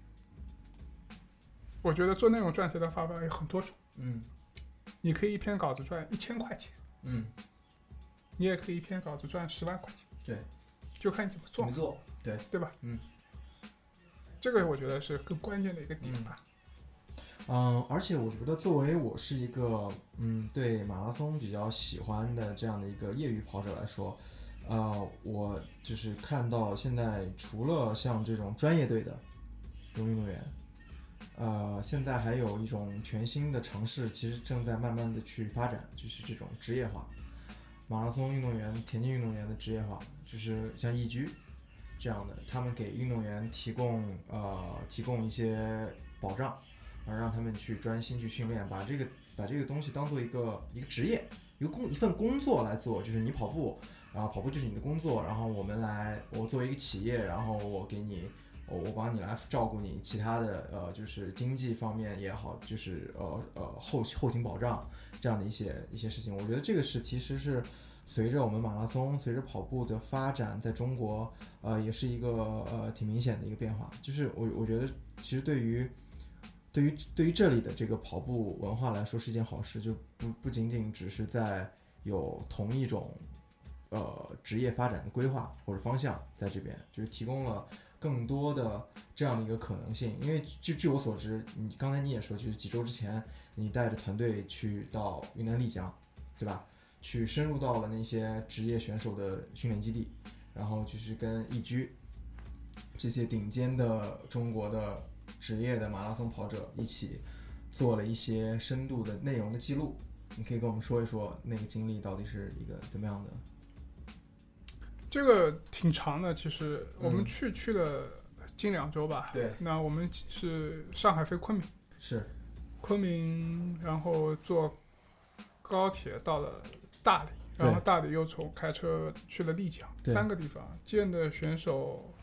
我觉得做内容赚钱的方法有很多种。你可以一篇稿子赚1000块钱。你也可以一篇稿子赚10万块钱， 对， 就看你怎么做， 对吧？这个我觉得是更关键的一个点吧。 而且我觉得作为我是一个对马拉松比较喜欢的这样的一个业余跑者来说，我就是看到现在除了像这种专业队的运动员，现在还有一种全新的尝试，其实正在慢慢的去发展，就是这种职业化。马拉松运动员、田径运动员的职业化，就是像易居这样的，他们给运动员提供一些保障，让他们去专心去训练，把这个东西当做一个职业，一份工作来做，就是你跑步，然后跑步就是你的工作，然后我作为一个企业，然后我帮你来照顾你其他的就是经济方面也好，就是后勤保障这样的一些事情，我觉得这个其实是随着我们马拉松、随着跑步的发展，在中国也是一个挺明显的一个变化。就是我觉得其实对于这里的这个跑步文化来说是一件好事，就不仅仅只是在有同一种职业发展的规划或者方向在这边，就是提供了更多的这样的一个可能性。因为据我所知，刚才你也说，就是几周之前你带着团队去到云南丽江，对吧？去深入到了那些职业选手的训练基地，然后就是跟易居这些顶尖的中国的职业的马拉松跑者一起做了一些深度的内容的记录。你可以跟我们说一说那个经历到底是一个怎么样的？ 这个挺长的，其实我们去了近2周吧。 对， 那我们是上海飞昆明， 是昆明，然后坐高铁到了大理，然后大理又开车去了丽江，3个地方见的选手，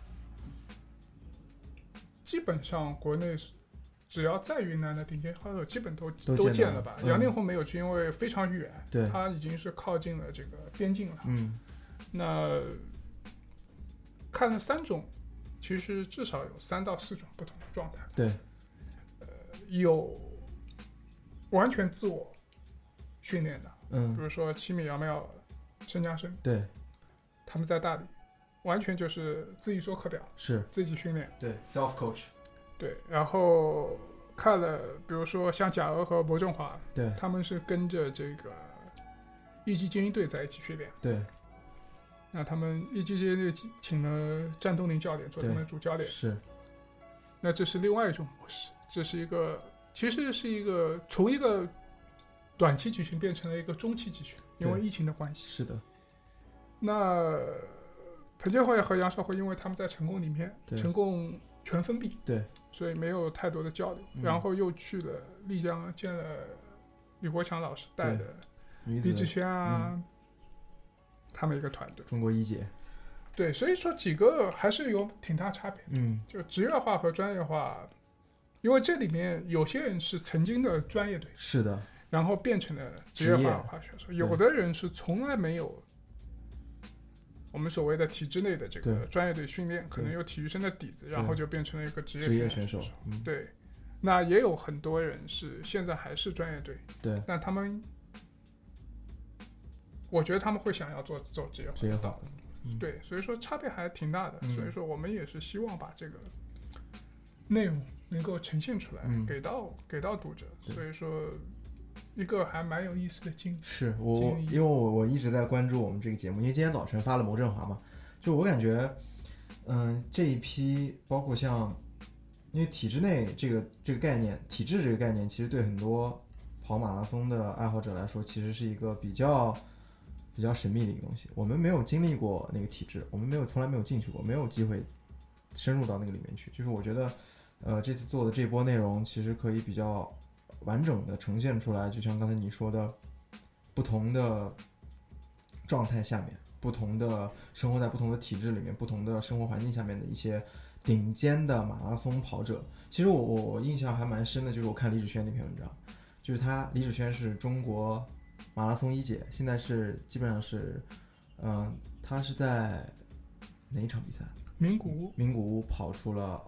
基本上国内只要在云南的顶尖好手基本都见了吧。杨令宏没有去，因为非常远，他已经是靠近了这个边境了。那看了3种，其实至少有3到4种不同的状态。 对， 有完全自我训练的，比如说7米2秒申加生， 对， 他们在大理完全就是自己做课表， 是自己训练， 对 self coach， 对。然后看了，比如说像贾俄和博振华， 对， 他们是跟着这个一级精英队在一起训练， 对。 那他们一级精英队请了战东林教练做他们的主教练， 是。 那这是另外一种模式，这是一个其实是一个从一个短期集训变成了一个中期集训，因为疫情的关系。 是的。 那裴建辉和杨少辉因为他们在成功里面，成功全封闭， 对， 所以没有太多的交流。然后又去了丽江，见了李国强老师带的李志轩啊，他们一个团队， 中国一姐。 对，所以说几个还是有挺大差别。就职业化和专业化，因为这里面有些人是曾经的专业队， 是的， 然后变成了职业化选手，有的人是从来没有我们所谓的体制内的这个专业队训练，可能有体育生的底子，然后就变成了一个职业选手。对，那也有很多人是现在还是专业队， 对， 但他们，我觉得他们会想要走职业化。对，所以说差别还挺大的。所以说我们也是希望把这个内容能够呈现出来，给到读者。所以说一个还蛮有意思的经历。 是因为我一直在关注我们这个节目，因为今天早晨发了牟振华嘛，就我感觉这一批包括像因为体制内这个概念，体制这个概念其实对很多跑马拉松的爱好者来说其实是一个比较神秘的一个东西。我们没有经历过那个体制，我们从来没有进去过，没有机会深入到那个里面去。就是我觉得这次做的这波内容其实可以比较完整的呈现出来，就像刚才你说的，不同的状态下面，不同的生活在不同的体制里面，不同的生活环境下面的一些顶尖的马拉松跑者。其实我印象还蛮深的，就是我看李芷萱那篇文章，就是李芷萱是中国马拉松一姐，现在是基本上是她是在哪一场比赛？名古屋跑出了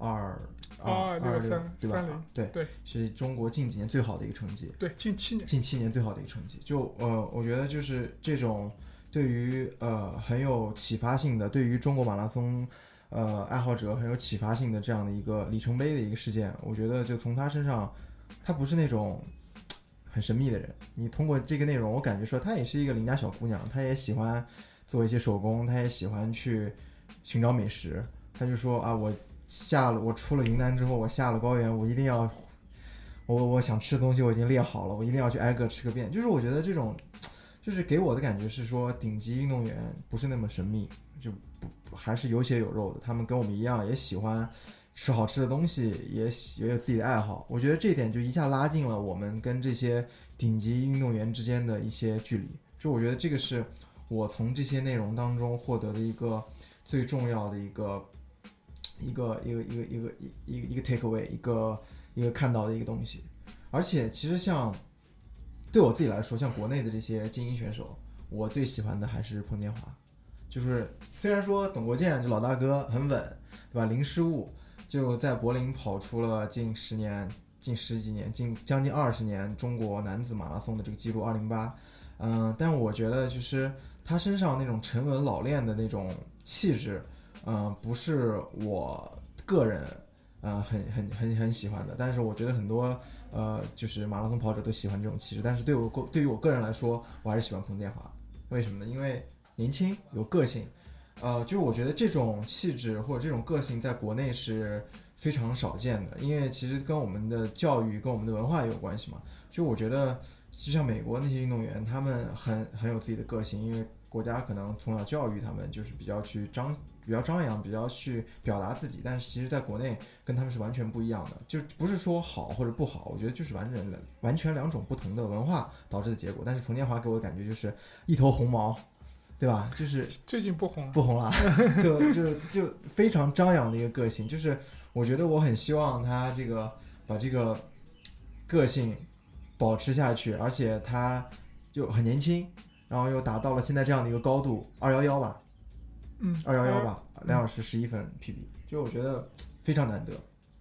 2:26，对吧？对，是中国近几年最好的一个成绩。 对，近7 年最好的一个成绩。就我觉得就是这种对于很有启发性的，对于中国马拉松爱好者很有启发性的这样的一个里程碑的一个事件，我觉得就从他身上，他不是那种很神秘的人。你通过这个内容，我感觉说她也是一个邻家小姑娘，她也喜欢做一些手工，她也喜欢去寻找美食。她就说啊，我出了云南之后，我下了高原，我一定要，我想吃的东西我已经列好了，我一定要去挨个吃个遍。就是我觉得这种，就是给我的感觉是说，顶级运动员不是那么神秘，就还是有血有肉的。他们跟我们一样，也喜欢吃好吃的东西，也有自己的爱好。我觉得这一点就一下拉近了我们跟这些顶级运动员之间的一些距离。就我觉得这个是我从这些内容当中获得的一个最重要的一个 take away， 一个看到的一个东西。而且其实像对我自己来说，像国内的这些精英选手，我最喜欢的还是彭建华。就是虽然说董国建这老大哥很稳，对吧？零失误，就在柏林跑出了近10几年，将近20年中国男子马拉松的这个记录208。但我觉得就是他身上那种沉稳老练的那种气质，不是我个人很喜欢的。但是我觉得很多就是马拉松跑者都喜欢这种气质。但是对于我个人来说，我还是喜欢彭建华。为什么呢？因为年轻有个性。就是我觉得这种气质或者这种个性在国内是非常少见的，因为其实跟我们的教育跟我们的文化也有关系嘛。就我觉得就像美国那些运动员，他们很有自己的个性，因为国家可能从小教育他们就是比较张扬，比较去表达自己，但是其实在国内跟他们是完全不一样的，就不是说好或者不好，我觉得就是完全两种不同的文化导致的结果。但是彭建华给我的感觉就是一头红毛，对吧？就是最近不红了，就非常张扬的一个个性，就是我觉得我很希望他把这个个性保持下去，而且他就很年轻，然后又达到了现在这样的一个高度，211吧，211吧，2小时11分 PB， 就我觉得非常难得。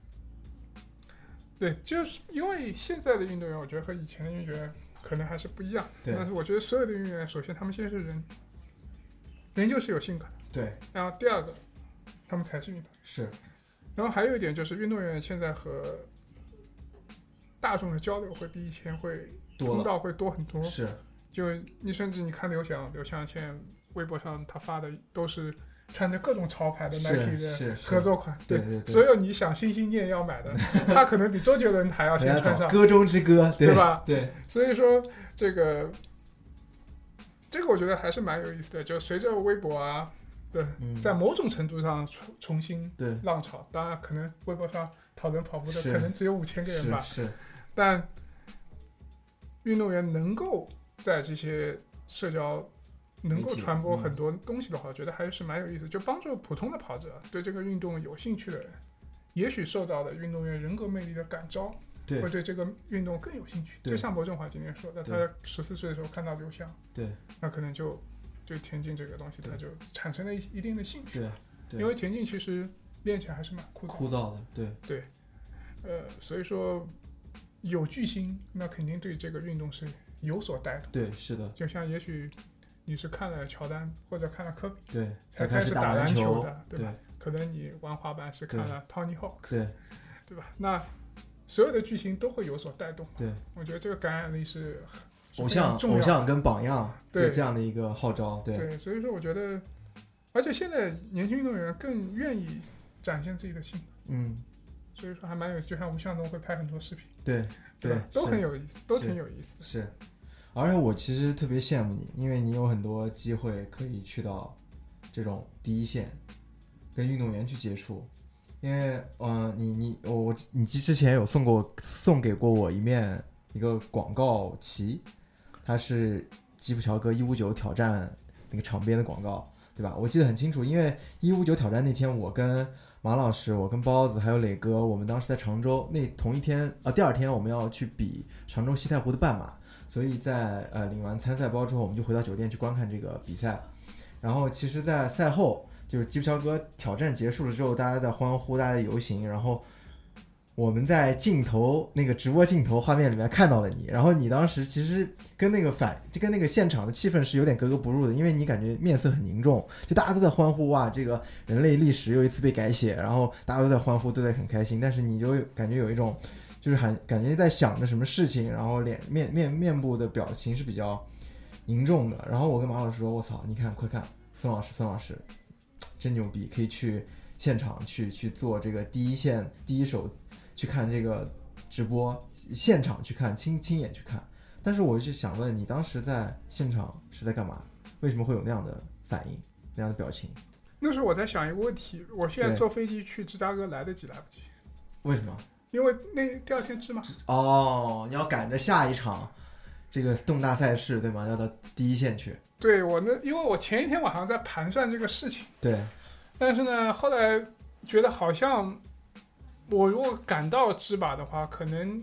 对，就是因为现在的运动员，我觉得和以前的运动员可能还是不一样。 对。 但是我觉得所有的运动员，首先他们先是人，人就是有性格的。 对。 然后第二个，他们才是运动员。 是。 然后还有一点就是，运动员现在和大众的交流会比以前通道会多很多。 是。 就你甚至你看刘翔现在微博上他发的都是穿着各种潮牌的 Nike 的合作款， 对， 所有你想心心念要买的，他可能比周杰伦还要先穿上。 歌中之歌， 对吧？ 对。 所以说这个我觉得还是蛮有意思的，就随着微博啊的在某种程度上重新浪潮。当然，可能微博上讨论跑步的可能只有5000个人吧，但运动员能够在这些社交能够传播很多东西的话，我觉得还是蛮有意思，就帮助普通的跑者对这个运动有兴趣的人，也许受到了运动员人格魅力的感召，会对这个运动更有兴趣。就像柏正华今天说的，他14岁的时候看到刘翔，那可能就对田径这个东西他就产生了一定的兴趣。因为田径其实练起来还是蛮枯燥的，对。 所以说有巨星，那肯定对这个运动是有所带动。 对，是的。 就像也许你是看了乔丹或者看了科比， 才开始打篮球的，对吧？可能你玩滑板是看了 Tony Hawk， 对吧？那所有的巨星都会有所带动。 对， 我觉得这个感染力是偶像跟榜样，对这样的一个号召。 对，所以说我觉得，而且现在年轻运动员更愿意展现自己的性格。所以说还蛮有，就像吴向东会拍很多视频，对，都很有意思，都挺有意思的。 是，而且我其实特别羡慕你，因为你有很多机会可以去到这种第一线，跟运动员去接触。因为你之前有送给过我一个广告旗，它是基普乔格159挑战那个场边的广告，对吧？我记得很清楚，因为159挑战那天我跟马老师，我跟包子还有磊哥，我们当时在常州，第二天我们要去比常州西太湖的半马，所以在领完参赛包之后，我们就回到酒店去观看这个比赛。然后其实在赛后，就是基普乔格挑战结束了之后，大家在欢呼，大家在游行，然后我们在那个直播镜头画面里面看到了你，然后你当时其实跟那个现场的气氛是有点格格不入的，因为你感觉面色很凝重，就大家都在欢呼，哇，这个人类历史又一次被改写，然后大家都在欢呼，都在很开心，但是你就感觉有一种就是感觉在想着什么事情，然后面部的表情是比较凝重的。然后我跟马老师说，我操，你看，快看，孙老师真牛逼，可以去现场去做这个第一手去看这个直播，现场去看，亲眼去看。但是我就想问你，当时在现场是在干嘛？为什么会有那样的反应，那样的表情？ 那时候我在想一个问题，我现在坐飞机去芝加哥来不及？ 为什么？ 因为第二天芝马。 你要赶着下一场这个重大赛事，对吗？要到第一线去。 对，因为我前一天晚上在盘算这个事情。 对。 但是呢，后来觉得好像我如果赶到芝马的话，可能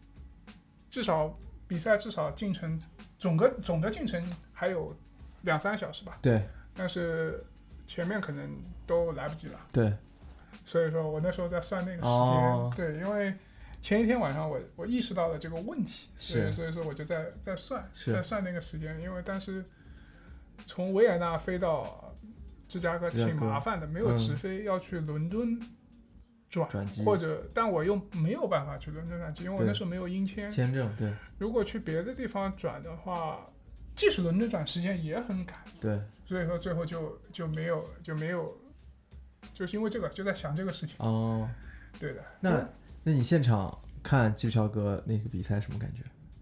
比赛至少进程总的进程还有2-3小时吧。 对。 但是前面可能都来不及了。 对。 所以说我那时候在算那个时间。对，因为前一天晚上我意识到了这个问题，所以说我就在算那个时间，但是从维也纳飞到芝加哥挺麻烦的，没有直飞，要去伦敦转机，但我又没有办法去伦敦转机，因为我那时候没有英签证。对， 如果去别的地方转的话，即使伦敦转时间也很赶。 对， 所以说最后就没有，就是因为这个就在想这个事情。对的。 那你现场看基普乔格那个比赛什么感觉？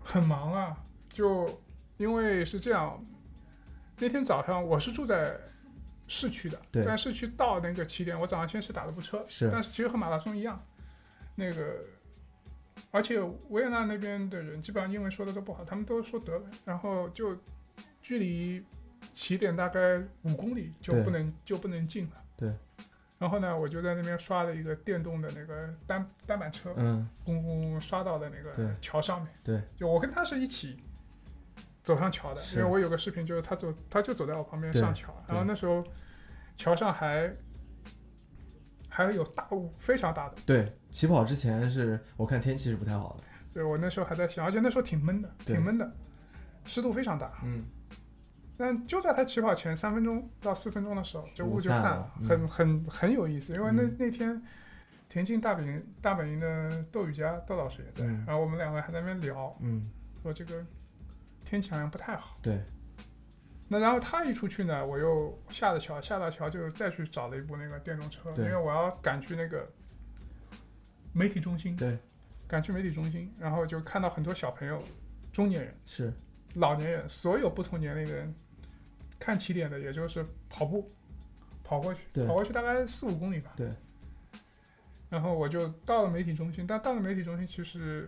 很忙啊，就因为是这样，那天早上我是住在市区的， 对但市区到那个起点，我早上先是打了部车， 是但是其实和马拉松一样，那个，而且维也纳那边的人基本上英文说的都不好，他们都说德文，然后就距离起点大概5公里就不能进了。 对。 然后呢，我就在那边刷了一个电动的那个单板车，刷到的那个桥上面。 对。 就我跟他是一起走上桥的，因为我有个视频，就是他就走在我旁边上桥，然后那时候桥上还有大雾，非常大的。 对，起跑之前我看天气是不太好的。 对，我那时候还在想，而且那时候挺闷的，湿度非常大。但就在他起跑前3分钟到4分钟的时候，这雾就散了，很有意思。因为那天田径大本营的窦宇佳窦老师也在，然后我们2个还在那边聊，说这个天气好像不太好。 对。 那然后他一出去呢，我又下了桥就再去找了一部那个电动车，因为我要赶去那个媒体中心。 对。 赶去媒体中心，然后就看到很多小朋友、中年人、老年人，所有不同年龄的人。看起点的，也就是跑过去大概4-5公里吧。 对。 然后我就到了媒体中心，但到了媒体中心，其实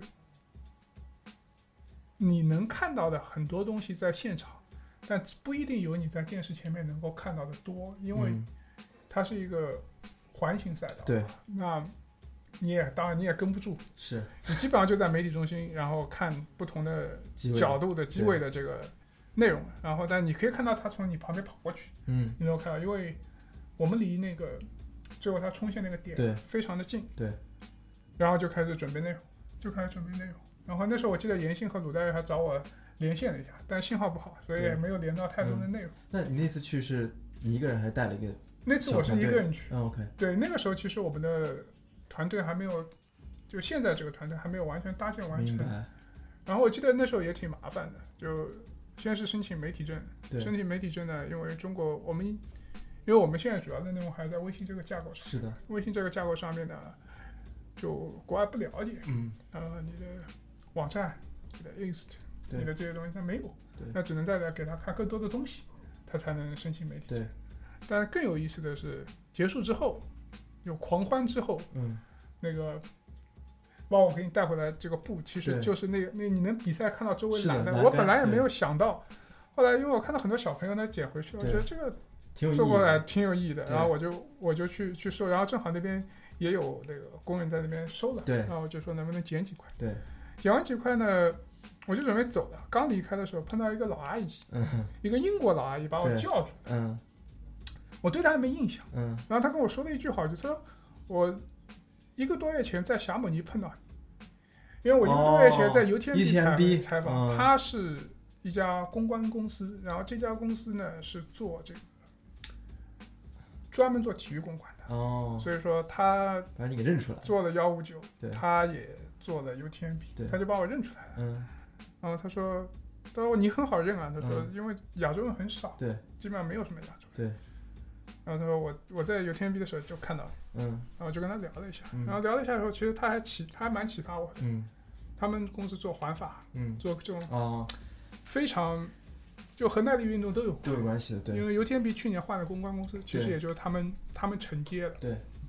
你能看到的很多东西在现场，但不一定有你在电视前面能够看到的多，因为它是一个环形赛道。 对。 那当然你也跟不住，你基本上就在媒体中心，然后看不同的角度的机位的这个。内容，然后但你可以看到他从你旁边跑过去，你能够看到，因为我们离那个最后他冲线那个点非常的近， 对， 然后就开始准备内容，然后那时候我记得严信和鲁代还找我连线了一下，但信号不好，所以也没有连到太多的内容。 那你那次去是你一个人还带了一个？ 那次我是一个人去。 OK。 对，那个时候其实我们的团队还没有，就现在这个团队还没有完全搭建完成。然后我记得那时候也挺麻烦的，就。先是申请媒体证，呢，因为因为我们现在主要的内容还是在微信这个架构上， 是的， 微信这个架构上面呢，就国外不了解，你的网站、你的 Inst、你的这些东西他没有，那只能再给他看更多的东西，他才能申请媒体。 对， 但更有意思的是，结束之后，有狂欢之后，那个。把我给你带回来这个布，其实就是那你能比赛看到周围栏杆，我本来也没有想到，后来因为我看到很多小朋友呢捡回去，我觉得这个做过来挺有意义的，然后我就去收，然后正好那边也有那个工人在那边收了，然后我就说能不能捡几块，捡完几块呢，我就准备走了，刚离开的时候碰到一个老阿姨，一个英国老阿姨把我叫住，我对她也没印象，然后她跟我说了一句话，就说我1个多月前在霞姆尼碰到你，因为我1个多月前在 UTMB 采访，他是一家公关公司，然后这家公司呢是做这个专门做体育公关的，所以说他把你给认出来， 做了159，他也做了 UTMB，他就把我认出来了，然后他说你很好认啊，他说因为亚洲人很少，基本上没有什么亚洲人，然后他说我在 UTMB 的时候就看到了。然后就跟他聊了一下，然后聊了一下的时候，其实他还蛮启发我的。他们公司做环法，做这种非常就和耐力运动都有关系的， 因为 UTMB 去年换了公关公司，其实也就是他们承接了。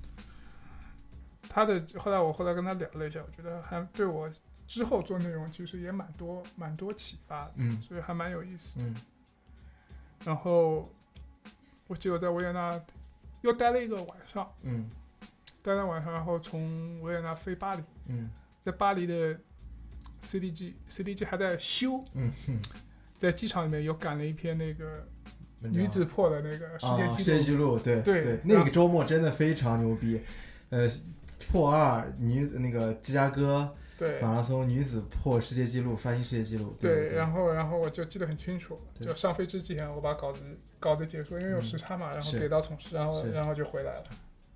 我后来跟他聊了一下，我觉得还对我之后做内容其实也蛮多启发的，所以还蛮有意思。然后我记得我在维也纳。又待了一个晚上，然后从维也纳飞巴黎，在巴黎的 CDG 还在修，在机场里面又赶了一篇那个女子破的那个世界纪录， 对，那个周末真的非常牛逼，破2那个芝加哥马拉松女子破世界纪录，刷新世界纪录， 然后我就记得很清楚，就上飞之前我把稿子结束，因为有时差嘛，然后给到同事，然后就回来了。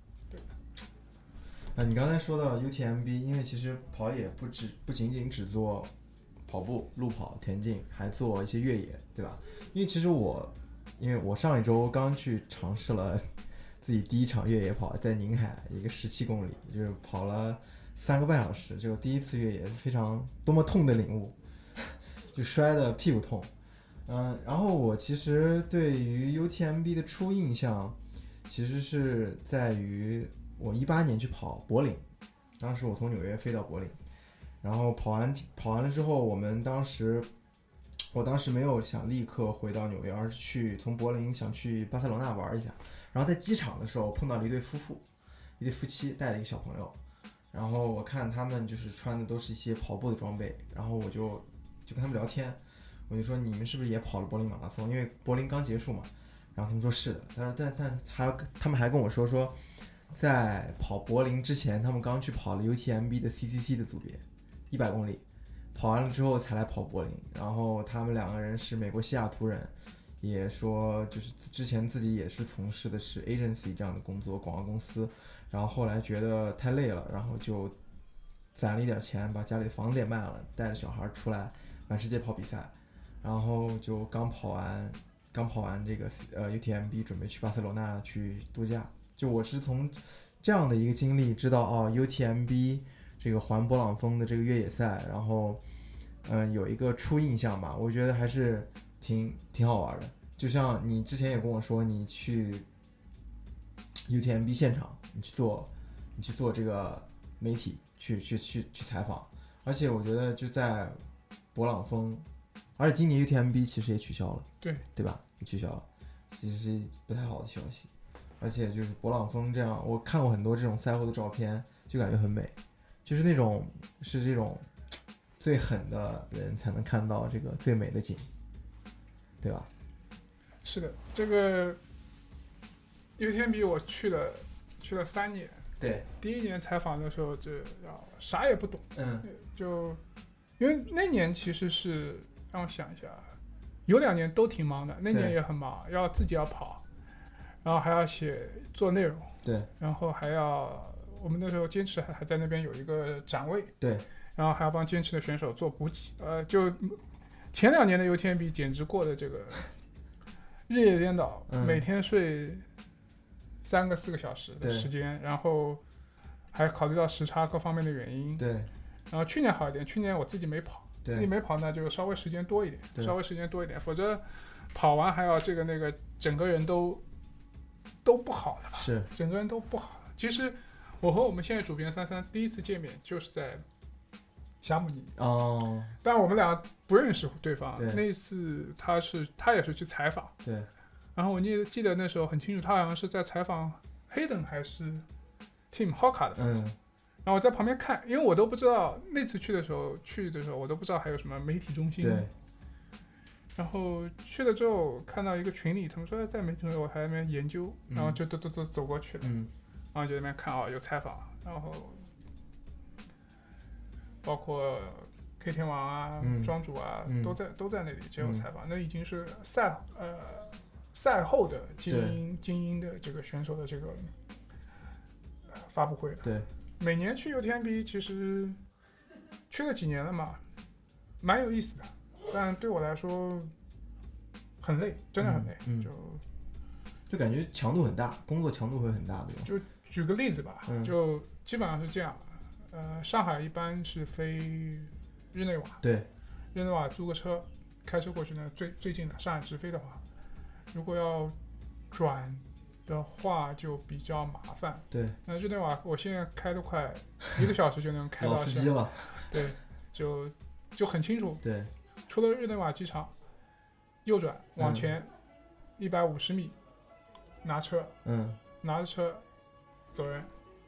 你刚才说到 UTMB， 因为其实跑野不仅仅只做跑步、路跑、田径，还做一些越野，对吧？因为其实因为我上一周刚去尝试了自己第一场越野跑，在宁海一个17公里，就是跑了3个半小时，就第一次越野，非常多么痛的领悟。 就摔得屁股痛。然后我其实对于 UTMB 的初印象，其实是在于我18年去跑柏林，当时我从纽约飞到柏林，然后跑完了之后，我当时没有想立刻回到纽约，而是从柏林想去巴塞罗那玩一下。然后在机场的时候碰到了一对夫妻带了一个小朋友，然后我看他们就是穿的都是一些跑步的装备，然后我就跟他们聊天，我就说你们是不是也跑了柏林马拉松？因为柏林刚结束嘛。然后他们说是的，但他们还跟我说，在跑柏林之前，他们刚去跑了 UTMB 的 CCC 的组别，100公里，跑完了之后才来跑柏林。然后他们2个人是美国西雅图人，也说就是之前自己也是从事的是 agency 这样的工作，广告公司，然后后来觉得太累了，然后就攒了一点钱，把家里的房子也卖了，带着小孩出来满世界跑比赛，然后就刚跑完这个UTMB， 准备去巴塞罗那去度假。就我是从这样的一个经历知道UTMB 这个环勃朗峰的这个越野赛，然后有一个初印象吧，我觉得还是挺好玩的。就像你之前也跟我说，你去 UTMB 现场，你去做这个媒体去采访，而且我觉得就在勃朗峰，而且今年 UTMB 其实也取消了，对吧？也取消了，其实是不太好的消息。而且就是勃朗峰这样，我看过很多这种赛后的照片，就感觉很美，就是这种最狠的人才能看到这个最美的景，对吧？ 是的，这个 UTMB 我去了3年。 对， 第一年采访的时候就啥也不懂，就因为那年其实是让我想一下，有2年都挺忙的，那年也很忙，自己要跑，然后还要做内容， 对， 然后我们那时候坚持还在那边有一个展位， 对， 然后还要帮坚持的选手做补给，就前2年的 UTMB 简直过的这个日夜颠倒，每天睡3个4个小时的时间，然后还考虑到时差各方面的原因， 对。 然后去年好一点，去年我自己没跑，呢就稍微时间多一点，否则跑完还要这个那个，整个人都不好了， 是整个人都不好了。其实我和我们现在主编33第一次见面就是在霞姆尼哦， 但我们俩不认识对方。那一次他也是去采访， 对。 然后我记得那时候很清楚，他好像是在采访Hayden还是 Tim Hoka 的，然后我在旁边看，因为我都不知道那次去的时候我都不知道还有什么媒体中心。 对。 然后去了之后看到一个群里，他们说在媒体中心，我还在那边研究，然后就都走过去了，然后就在那边看有采访，然后包括 K 天王啊、庄主啊，都在那里接受采访。那已经是赛后的精英的这个选手的这个发布会了。 对， 每年去 UTMB 其实去了几年了嘛，蛮有意思的，但对我来说很累，真的很累， 就感觉强度很大，工作强度会很大，对吧？ 就举个例子吧，就基本上是这样，上海一般是飞日内瓦， 对， 日内瓦租个车，开车过去呢，最近的上海直飞的话，如果要转的话就比较麻烦。 对， 那日内瓦我现在开得快1个小时就能开到。 老司机了。 对，就很清楚。 对， 除了日内瓦机场，右转往前150米，拿车，拿着车走人。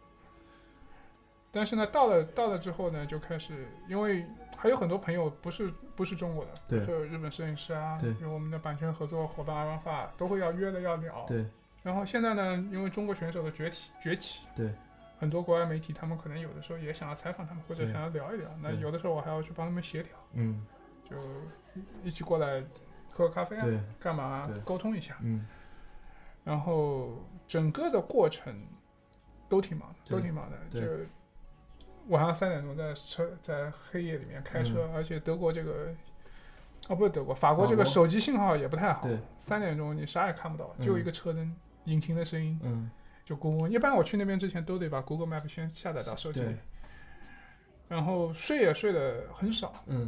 但是呢，到了之后呢，就开始，因为还有很多朋友不是中国的， 对， 就日本摄影师啊， 对， 有我们的版权合作伙伴阿尔法都会要约的要聊。 对。 然后现在呢，因为中国选手的崛起， 对， 很多国外媒体他们可能有的时候也想要采访他们，或者想要聊一聊。那有的时候我还要去帮他们协调，就一起过来喝咖啡啊，干嘛啊，沟通一下。然后整个的过程都挺忙的，就晚上3点钟在黑夜里面开车，而且德国这个不是德国，法国这个手机信号也不太好，3点钟你啥也看不到，就一个车灯、引擎的声音，就咕咕。一般我去那边之前都得把 Google Map 先下载到手机里，然后睡也睡得很少，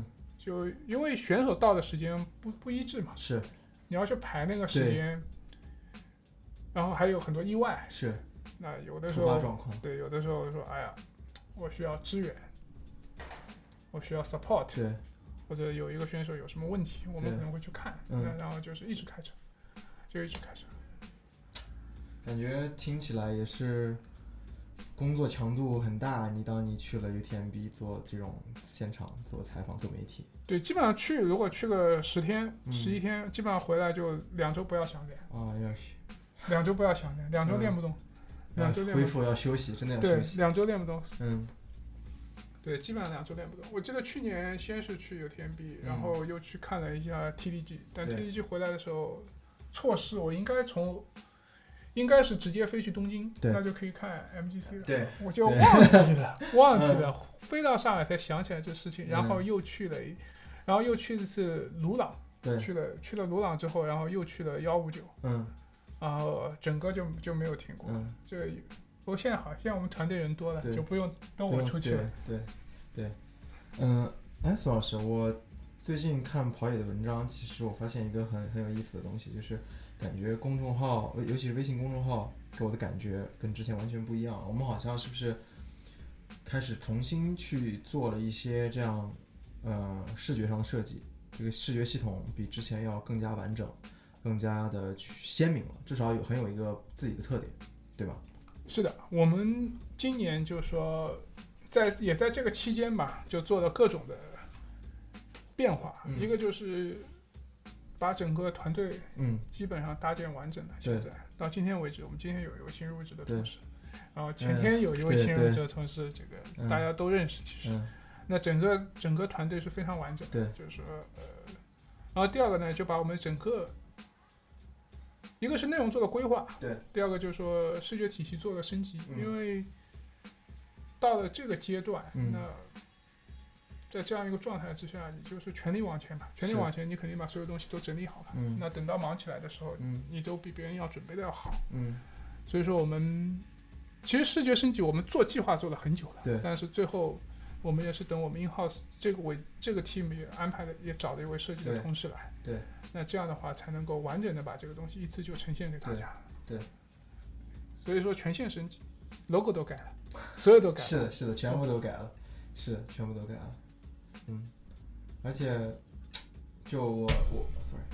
就因为选手到的时间不一致嘛， 是你要去排那个时间，然后还有很多意外， 是， 那有的时突发候状况， 对，有的时候说，哎呀，我需要支援，我需要 support， 对， 或者有一个选手有什么问题，我们可能会去看，然后就是一直开车，就一直开车。 感觉听起来也是工作强度很大。当你去了 UTMB 做这种现场做采访做媒体， 对，基本上如果去个10天、11天，基本上回来就2周不要想练。 要去 2周不要想练，2周练不动，2周练不动， 恢复要休息，真的要休息。 对，2周练不动。 对， 基本上2周练不动。我记得去年先是去 UTMB，然后又去看了一下 TDG，但 TDG 回来的时候错失，我应该是直接飞去东京，那就可以看 MGC 了。 对， 我就忘记了，飞到上海才想起来这事情，然后又去一次鲁朗，去了鲁朗之后，然后又去了159，然后整个就没有停过。这个不过现在我们团队人多了，就不用等我出去了。 对，苏老师，我最近看跑野的文章，其实我发现一个很有意思的东西，就是感觉公众号，尤其是微信公众号，给我的感觉跟之前完全不一样。我们好像是不是开始重新去做了一些这样视觉上的设计？这个视觉系统比之前要更加完整，更加的鲜明了，至少很有一个自己的特点，对吧？ 是的，我们今年就说也在这个期间吧，就做了各种的变化。一个就是把整个团队基本上搭建完整了。现在到今天为止，我们今天有一位新入职的同事，然后前天有一位新入职的同事，这个大家都认识。其实，那整个团队是非常完整的。就是说然后第二个呢，就把我们整个一个是内容做了规划，第二个就是说视觉体系做了升级，因为到了这个阶段，那在这样一个状态之下，你就是全力往前嘛，全力往前，你肯定把所有东西都整理好了。那等到忙起来的时候，你都比别人要准备的要好。所以说我们其实视觉升级，我们做计划做了很久了，但是最后我们也是等我们 in-house 这个 team 也安排的，也找了一位设计的同事来。那这样的话才能够完整的把这个东西一次就呈现给大家。所以说全线升级 ，logo 都改了，所有都改了。 是的，全部都改了。全部都改了。而且就我 sorry，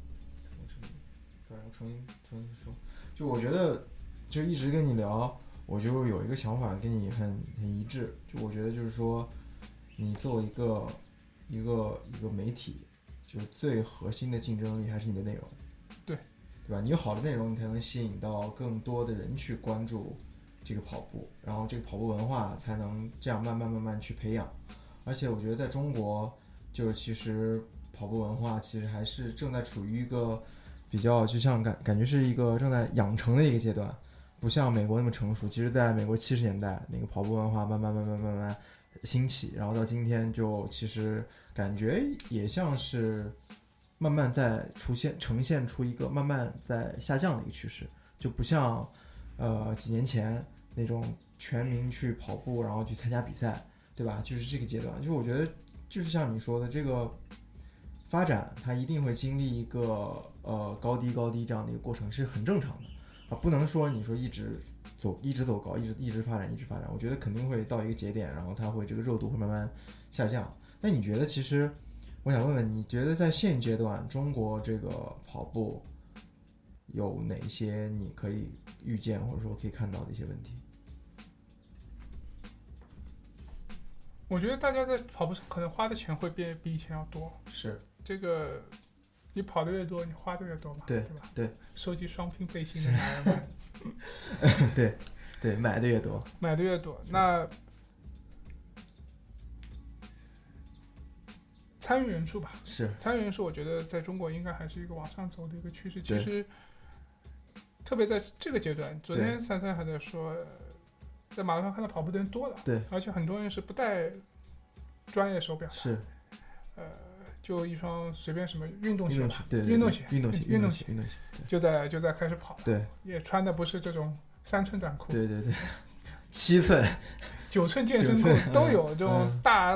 我重新说，就我觉得就一直跟你聊，我就有一个想法跟你很一致，就我觉得就是说，你作为一个媒体，就是最核心的竞争力还是你的内容，对吧？你有好的内容，你才能吸引到更多的人去关注这个跑步，然后这个跑步文化才能这样慢慢去培养。而且我觉得在中国，就其实跑步文化其实还是正在处于一个比较，就像感觉是一个正在养成的一个阶段，不像美国那么成熟。其实在美国70年代，那个跑步文化慢慢兴起，然后到今天就其实感觉也像是慢慢在呈现出一个慢慢在下降的一个趋势，就不像几年前那种全民去跑步，然后去参加比赛，对吧？就是这个阶段，就是我觉得就是像你说的，这个发展它一定会经历一个高低这样的一个过程，是很正常的啊，不能说你说一直走高，一直发展，我觉得肯定会到一个节点，然后它会这个热度会慢慢下降。那你觉得，其实我想问问，你觉得在现阶段中国这个跑步有哪些你可以预见或者说可以看到的一些问题？ 我觉得大家在跑步上可能花的钱会比以前要多。 是这个，你跑的越多，你花的越多嘛， 对吧？ 对， 收集双拼背心的男人们， 对，买的越多。 那参与人数吧，参与人数，我觉得在中国应该还是一个往上走的一个趋势。其实，特别在这个阶段，昨天三还在说，在马路上看到跑步的人多了， 对， 而且很多人是不带专业手表的， 是， 就一双随便什么运动鞋， 运动鞋， 就在开始跑了， 对， 也穿的不是这种3寸短裤， 对，7寸、 9寸健身裤都有，这种大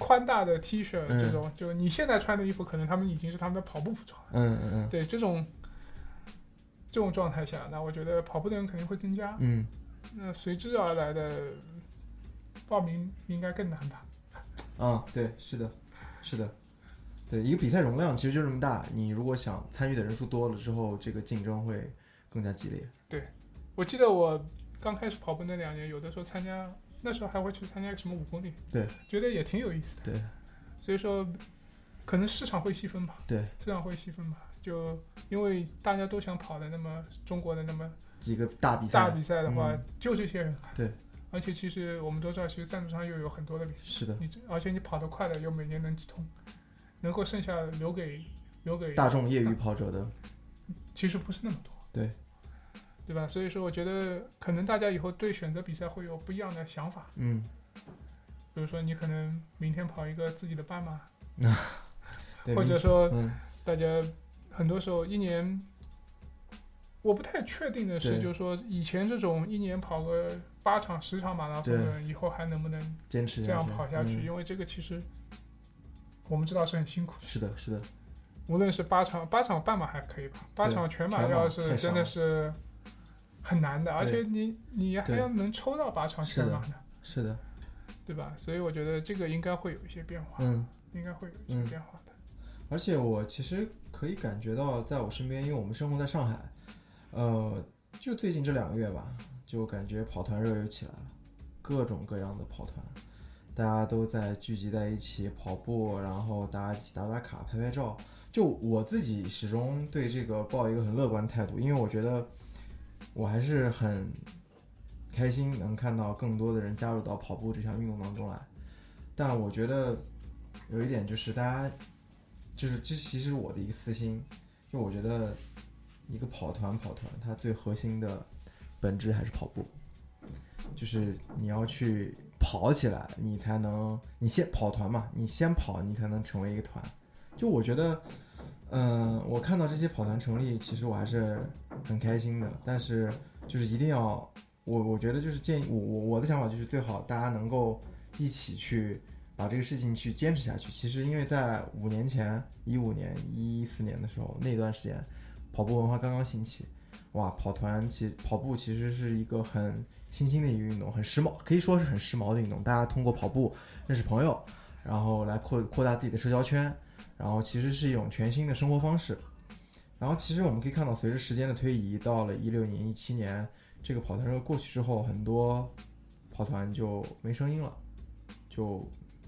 宽大的 T 恤这种，就你现在穿的衣服，可能他们已经是他们的跑步服装。对这种状态下，那我觉得跑步的人肯定会增加。那随之而来的报名应该更难吧？ 对，是的。对，一个比赛容量其实就这么大，你如果想参与的人数多了之后，这个竞争会更加激烈。 对，我记得我刚开始跑步那2年，有的时候参加，那时候还会去参加什么5公里， 对， 觉得也挺有意思的。 对， 所以说可能市场会细分吧。 对， 市场会细分吧，就因为大家都想跑的那么中国的那么几个大比赛的话，就这些人。 对。 而且其实我们都知道，其实赞助商又有很多的。 是的。 而且你跑得快的又每年能直通，能够剩下留给大众业余跑者的， 其实不是那么多。对吧？所以说我觉得可能大家以后对选择比赛会有不一样的想法。比如说你可能明天跑一个自己的半马，或者说大家很多时候一年，我不太确定的是，就是说以前这种一年跑个8场10场马拉松的人，以后还能不能坚持这样跑下去？因为这个其实我们知道是很辛苦。 是的。 无论是8场半马还可以吧，8场全马要是真的是很难的，而且你还要能抽到8场全马的。 是的。 对吧？所以我觉得这个应该会有一些变化。应该会有一些变化的。 而且我其实可以感觉到，在我身边，因为我们生活在上海，就最近这2个月吧，就感觉跑团热又起来了，各种各样的跑团，大家都在聚集在一起跑步，然后大家一起打打卡、拍拍照。就我自己始终对这个抱一个很乐观的态度，因为我觉得我还是很开心能看到更多的人加入到跑步这项运动当中来。但我觉得有一点就是大家就是这其实我的一个私心，就我觉得一个跑团它最核心的本质还是跑步，就是你要去跑起来，你才能，你先跑团嘛，你先跑你才能成为一个团。就我觉得我看到这些跑团成立，其实我还是很开心的。但是就是一定要我觉得就是建议我的想法就是最好大家能够一起去把这个事情去坚持下去。其实因为在5年前15年14年的时候，那段时间跑步文化刚刚兴起，哇，跑步其实是一个很新兴的一个运动，很时髦，可以说是很时髦的运动。大家通过跑步认识朋友，然后来扩大自己的社交圈，然后其实是一种全新的生活方式。然后其实我们可以看到，随着时间的推移，到了16年17年，这个跑团热过去之后，很多跑团就没声音了，就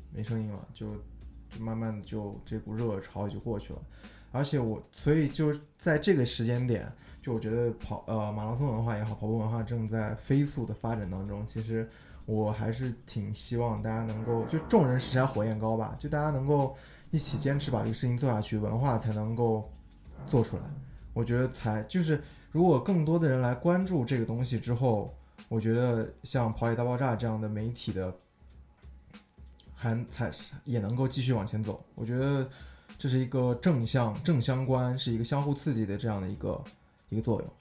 慢慢就这股热潮就过去了。而且所以就是在这个时间点，就我觉得马拉松文化也好，跑步文化正在飞速的发展当中。其实我还是挺希望大家能够，就众人拾柴火焰高吧，就大家能够一起坚持把这个事情做下去，文化才能够做出来。我觉得就是如果更多的人来关注这个东西之后，我觉得像跑野大爆炸这样的媒体的也能够继续往前走。我觉得这是一个正相关，是一个相互刺激的这样的一个作用。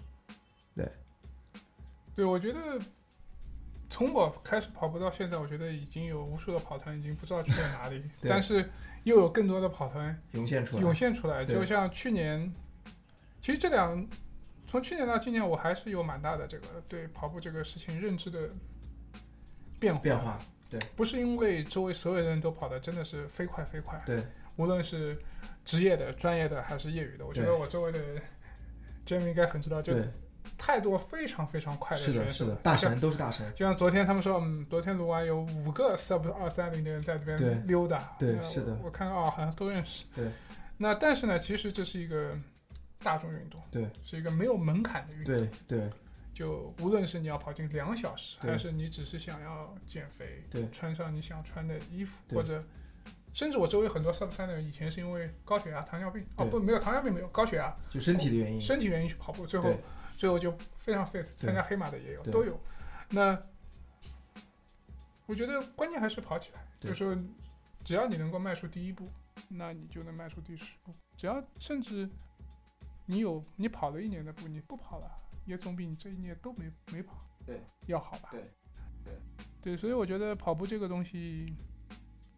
对，我觉得从我开始跑步到现在，我觉得已经有无数的跑团已经不知道去了哪里，但是又有更多的跑团涌现出来。就像去年，其实从去年到今年，我还是有蛮大的这个对跑步这个事情认知的变化。 对， 不是因为周围所有人都跑的真的是飞快， 对， 无论是职业的、专业的还是业余的，我觉得我周围的Jamie 应该很知道，就太多非常非常快的选手， 是的，大神都是大神。 就像昨天他们说，昨天卢湾有5个 sub 230的人在这边溜达， 对，是的， 我看好像都认识。 对， 那但是呢，其实这是一个大众运动， 对， 是一个没有门槛的运动， 对。 就无论是你要跑进2小时，还是你只是想要减肥，穿上你想穿的衣服，或者甚至我周围很多sub 3的人以前是因为高血压、糖尿病，没有糖尿病，没有高血压， 就身体原因去跑步，最后就非常 fit， 参加黑马的也有，都有。那我觉得关键还是跑起来，就是说只要你能够迈出第1步，那你就能迈出第10步。只要甚至你跑了1年的步，你不跑了，也总比你这1年都没跑要好吧？对，所以我觉得跑步这个东西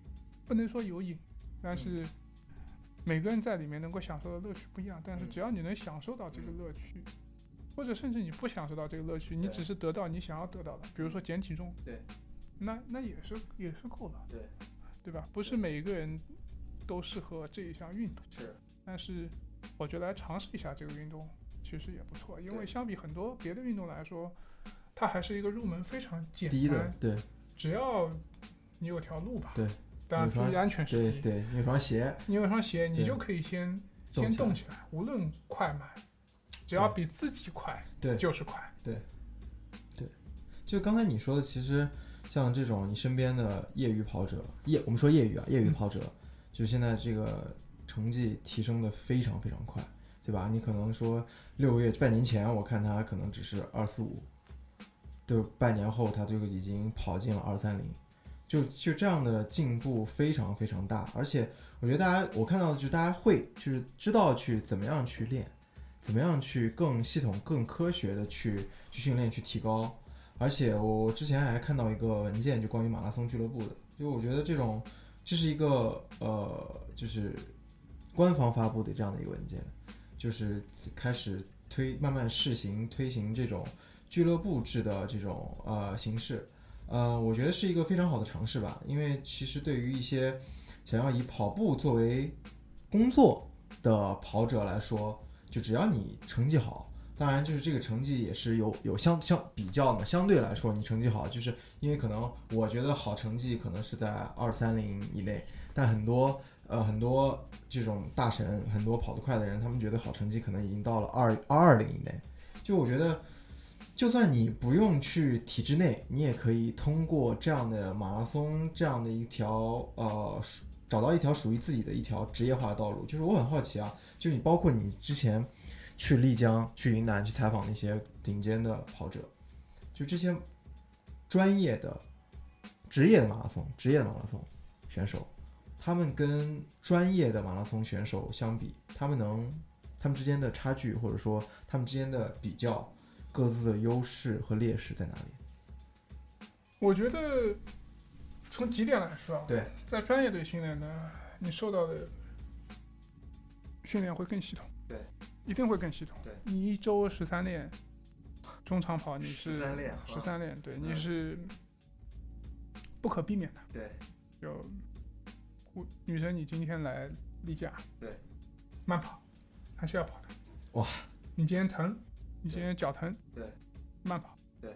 不能说有瘾，但是每个人在里面能够享受的乐趣不一样。但是只要你能享受到这个乐趣，或者甚至你不享受到这个乐趣，你只是得到你想要得到的，比如说减体重， 对， 那也是够了， 对， 对吧？不是每一个人都适合这一项运动， 是， 但是我觉得来尝试一下这个运动其实也不错，因为相比很多别的运动来说，它还是一个入门非常简单的，对， 只要你有条路吧， 对， 当然注意安全是第一， 对，你有双鞋， 你就可以先动起来，无论快慢，只要比自己快， 对， 就是快， 对，就刚才你说的，其实像这种你身边的业余跑者，我们说业余跑者，就是现在这个成绩提升的非常非常快，对吧？你可能说6个月、半年前，我看他可能只是245，就半年后他就已经跑进了230，就这样的进步非常非常大。而且我觉得我看到的就是大家会就是知道去怎么样去练，怎么样去更系统、更科学的去训练、去提高。而且我之前还看到一个文件，就关于马拉松俱乐部的，就我觉得这是一个就是官方发布的这样的一个文件，就是开始慢慢推行这种俱乐部制的这种形式，我觉得是一个非常好的尝试吧。因为其实对于一些想要以跑步作为工作的跑者来说，就只要你成绩好。当然，就是这个成绩也是有比较的，相对来说你成绩好，就是因为可能我觉得好成绩可能是在230以内，但很多这种大神，很多跑得快的人，他们觉得好成绩可能已经到了220以内。就我觉得，就算你不用去体制内，你也可以通过这样的马拉松这样的一条找到一条属于自己的一条职业化的道路。就是我很好奇啊，就包括你之前去丽江、去云南去采访那些顶尖的跑者，就这些专业的、职业的马拉松选手，他们跟专业的马拉松选手相比，他们之间的差距，或者说他们之间的比较，各自的优势和劣势在哪里？ 我觉得从几点来说， 对， 在专业队训练呢，你受到的训练会更系统， 对， 一定会更系统。 对， 你1周13练，中长跑你是 13练， 对，你是不可避免的。 对， 就女生你今天来例假， 对， 慢跑还是要跑的。 哇， 你今天疼，你今天脚疼， 对， 慢跑。 对。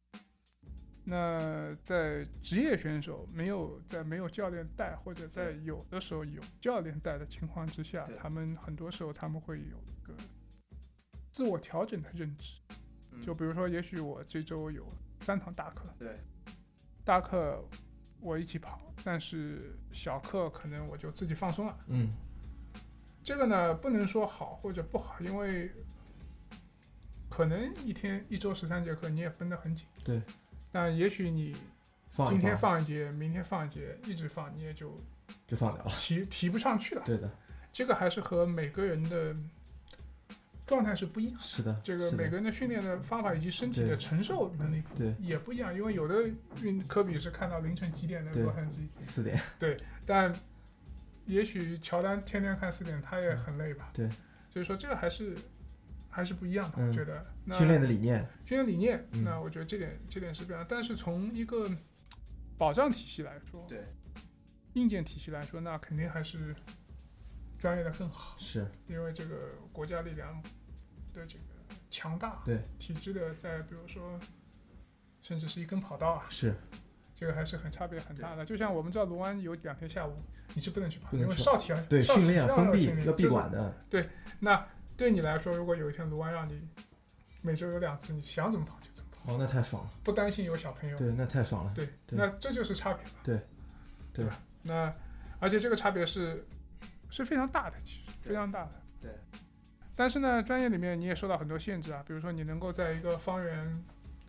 那在职业选手没有教练带，或者在有的时候有教练带的情况之下，他们很多时候他们会有一个自我调整的认知。就比如说，也许我这周有3堂大课， 对， 大课我一起跑，但是小课可能我就自己放松了。这个呢不能说好或者不好，因为可能一周13节课你也分得很紧。 对。 但也许你今天放一节，明天放一节，一直放，你也就放掉了， 提不上去了。 对的， 这个还是和每个人的状态是不一样。 是的， 这个每个人的训练的方法以及身体的承受能力也不一样。因为有的科比是看到凌晨几点的洛杉矶 4点， 对，但也许乔丹天天看4点，他也很累吧。 对， 所以说这个还是不一样的，我觉得。 训练的理念， 那我觉得这点是不一样。但是从一个保障体系来说， 对， 硬件体系来说，那肯定还是专业的更好。 是， 因为这个国家力量的这个强大， 对， 体制的在比如说，甚至是一根跑道啊， 是， 这个还是差别很大的。就像我们知道卢湾有2天下午你是不能去跑， 因为少体对训练封闭要闭馆的。 对，那对你来说，如果有一天卢湾让你每周有2次，你想怎么跑就怎么跑。 那太爽了。 不担心有小朋友。 对，那太爽了。 对，那这就是差别嘛。 对吧？那而且这个差别是非常大的，其实非常大的。 对。 但是呢，专业里面你也受到很多限制啊，比如说你能够在一个方圆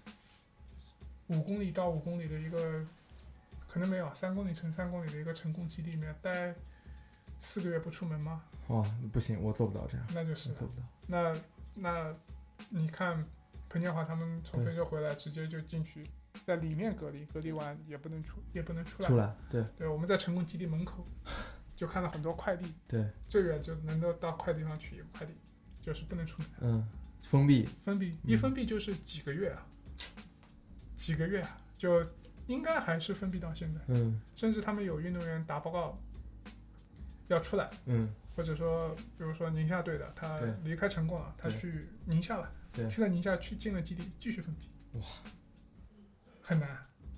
5公里到5公里的一个，可能没有3公里乘3公里的一个成功基地里面待4个月不出门吗？ 不行，我做不到这样。 那就是做不到。 那你看彭建华他们从非洲回来，直接就进去在里面隔离完也不能出来。对，我们在成功基地门口就看到很多快递， 对， 最远就能够到快递上取一个快递，就是不能出门。 封闭， 一封闭就是几个月啊，就应该还是封闭到现在。甚至他们有运动员打报告要出来，或者说比如说宁夏队的，他离开成功了，他去宁夏了，去了宁夏去进了基地继续封闭， 哇， 很难，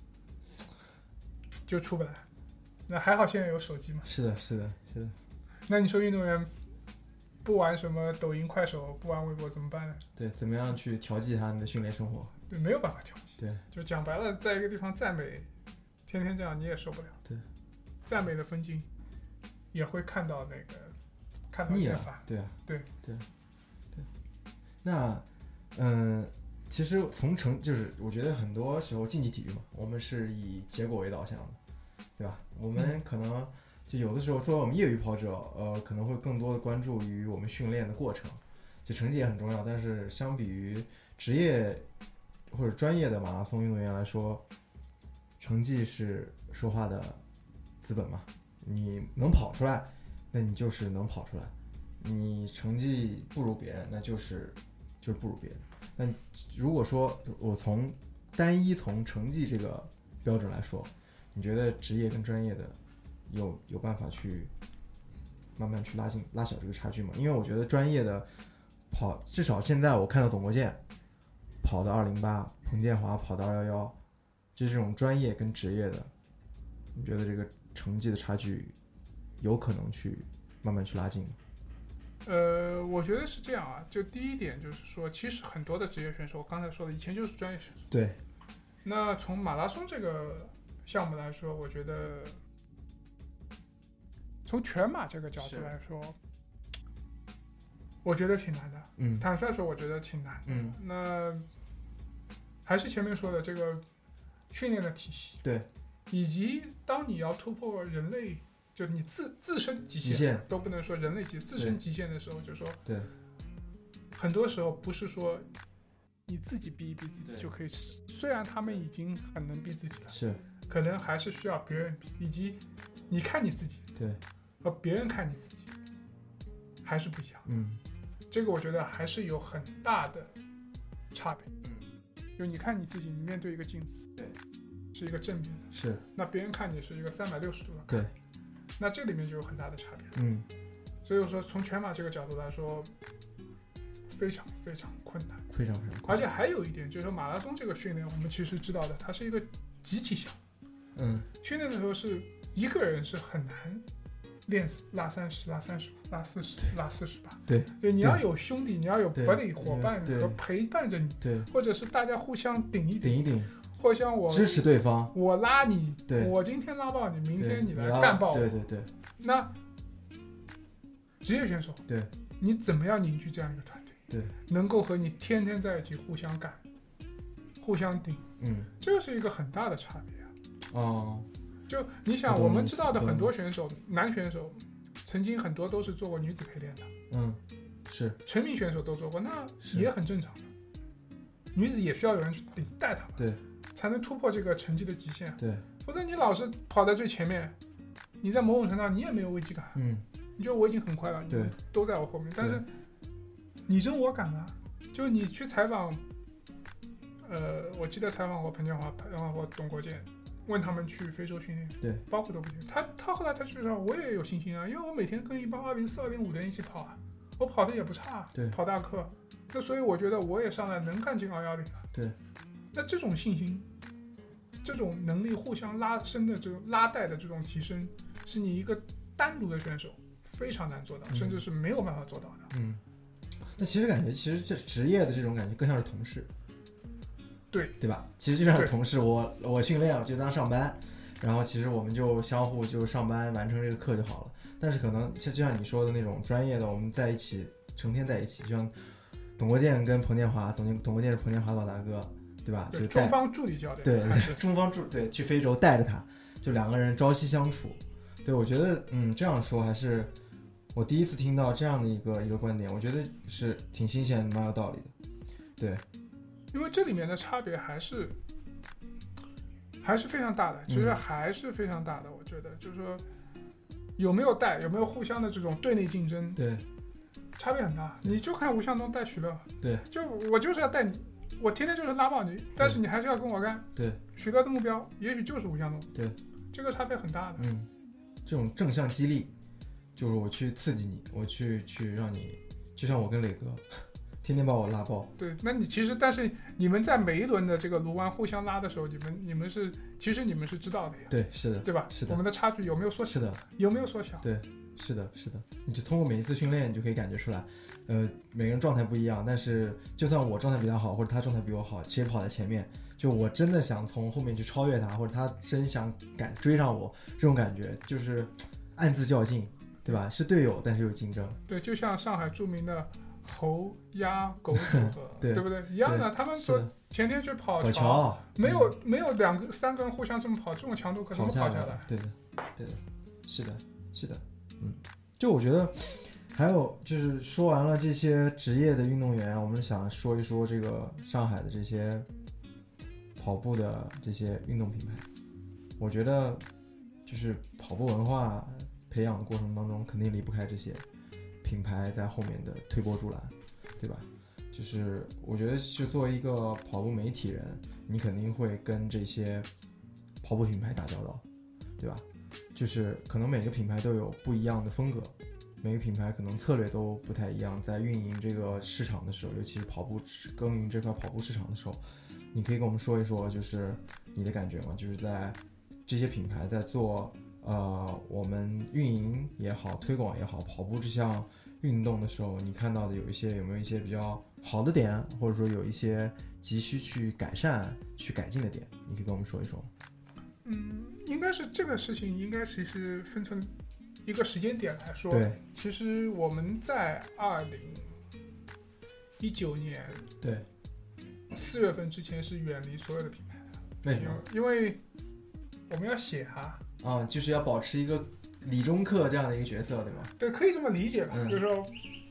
就出不来。那还好现在有手机嘛。 是的。 那你说运动员不玩什么抖音、快手，不玩微博怎么办呢？ 对，怎么样去调剂他们的训练生活？ 对，没有办法调剂。 对， 就讲白了，在一个地方再美，天天这样你也受不了。 对， 再美的风景也会看到腻了。 厌烦。 对。 那其实就是我觉得很多时候竞技体育嘛，我们是以结果为导向的，对吧？我们可能就有的时候作为我们业余跑者，可能会更多的关注于我们训练的过程，就成绩也很重要。但是相比于职业或者专业的马拉松运动员来说，成绩是说话的资本嘛。你能跑出来，那你就是能跑出来；你成绩不如别人，那就是不如别人。但如果说我从成绩这个标准来说，你觉得职业跟专业的有办法去慢慢去拉小这个差距吗？因为我觉得专业的跑，至少现在我看到董国建跑到208，彭建华跑到211，这种专业跟职业的，你觉得这个成绩的差距有可能去慢慢去拉近吗？ 我觉得是这样啊。就第一点就是说，其实很多的职业选手，我刚才说的以前就是专业选手。 对。 那从马拉松这个项目来说，我觉得从全马这个角度来说，我觉得挺难的。坦率说，我觉得挺难的。那还是前面说的这个训练的体系， 对， 以及当你要突破人类。就你自身极限都不能说人类自身极限的时候，就说对， 很多时候不是说你自己逼一逼自己就可以，虽然他们已经很能逼自己了， 是可能还是需要别人逼，以及你看你自己对和别人看你自己还是不一样。这个我觉得还是有很大的差别。就你看你自己，你面对一个镜子， 对， 是一个正面的， 是， 那别人看你是一个360度的， 对。 那这里面就有很大的差别。所以我说从全马这个角度来说，非常非常困难， 非常非常困难。 而且还有一点就是说，马拉松这个训练，我们其实知道的，它是一个集体项目。训练的时候是一个人是很难练拉30、拉35、拉40、拉48。 对， 就你要有兄弟，你要有 buddy 伙伴和陪伴着你， 对， 或者是大家互相顶一顶。或像我支持对方， 我拉你， 对， 我今天拉爆你，明天你来干爆我。 对。 那职业选手， 对， 你怎么样凝聚这样一个团队？ 对， 能够和你天天在一起互相干、互相顶，这是一个很大的差别啊。就你想，我们知道的很多选手，男选手，曾经很多都是做过女子陪练的， 是， 成名选手都做过，那也很正常的。女子也需要有人去带他们， 对。 才能突破这个成绩的极限， 对， 否则你老是跑在最前面，你在某种程度上你也没有危机感，你觉得我已经很快了， 对， 都在我后面，但是你争我赶啊，就你去采访，我记得采访过彭建华，然后董国建，问他们去非洲训练， 对， 包括都不行，他后来他就说，我也有信心啊，因为我每天跟一帮204、205的人一起跑啊，我跑的也不差， 对， 跑大课，那所以我觉得我也上来能干进210啊， 对。 那这种信心，这种能力互相拉伸的这种拉带的这种提升，是你一个单独的选手非常难做到，甚至是没有办法做到的。 那其实感觉，这职业的这种感觉更像是同事， 对吧？其实就像是同事，我训练我就当上班，然后其实我们就相互就上班完成这个课就好了。但是可能就像你说的那种专业的，我们在一起，成天在一起，就像董国建跟彭建华，董国建是彭建华老大哥。对吧？就中方助理教练， 对，中方对，去非洲带着他，就2个人朝夕相处。对，我觉得，这样说还是我第一次听到这样的一个观点，我觉得是挺新鲜、蛮有道理的。对， 因为这里面的差别还是还是非常大的，其实还是非常大的。我觉得就是说有没有带，有没有互相的这种对内竞争， 对， 差别很大。你就看吴向东带许乐， 对， 就我就是要带你，我天天就是拉爆你，但是你还是要跟我干。 对， 许乐的目标也许就是吴向东， 对， 这个差别很大的。 这种正向激励，就是我去刺激你，我去让你，就像我跟磊哥，天天把我拉爆。 对，那你其实，但是你们在每一轮的这个卢湾互相拉的时候，你们是其实你们是知道的呀。 对，是的， 对吧？ 是的， 我们的差距有没有缩小？ 是的， 有没有缩小？ 对，是的，是的。你就通过每一次训练，你就可以感觉出来，每个人状态不一样，但是就算我状态比他好，或者他状态比我好，谁跑在前面，就我真的想从后面去超越他，或者他真想赶追上我，这种感觉就是暗自较劲，对吧？是队友，但是有竞争。 对，就像上海著名的猴鸭狗组合， 对不对？一样的，他们说前天去跑桥，没有3个人互相这么跑，这种强度可怎么跑下来？ 对的，对的，是的，是的，就我觉得。还有就是说完了这些职业的运动员，我们想说一说这个上海的这些跑步的这些运动品牌。我觉得就是跑步文化培养的过程当中，肯定离不开这些品牌在后面的推波助澜，对吧？就是我觉得就作为一个跑步媒体人，你肯定会跟这些跑步品牌打交道，对吧？就是可能每个品牌都有不一样的风格，每个品牌可能策略都不太一样，在运营这个市场的时候，尤其是耕耘这块跑步市场的时候，你可以跟我们说一说，就是你的感觉吗？就是在这些品牌在做我们运营也好，推广也好，跑步这项运动的时候，你看到的有没有一些比较好的点，或者说有一些急需去改善、去改进的点，你可以跟我们说一说。 应该是这个事情，应该其实分成一个时间点来说， 对， 其实我们在2019年对 4月份之前是远离所有的品牌的。 为什么？ 因为我们要写就是要保持一个理中客这样的一个角色，对吗？ 对，可以这么理解吧，就是说，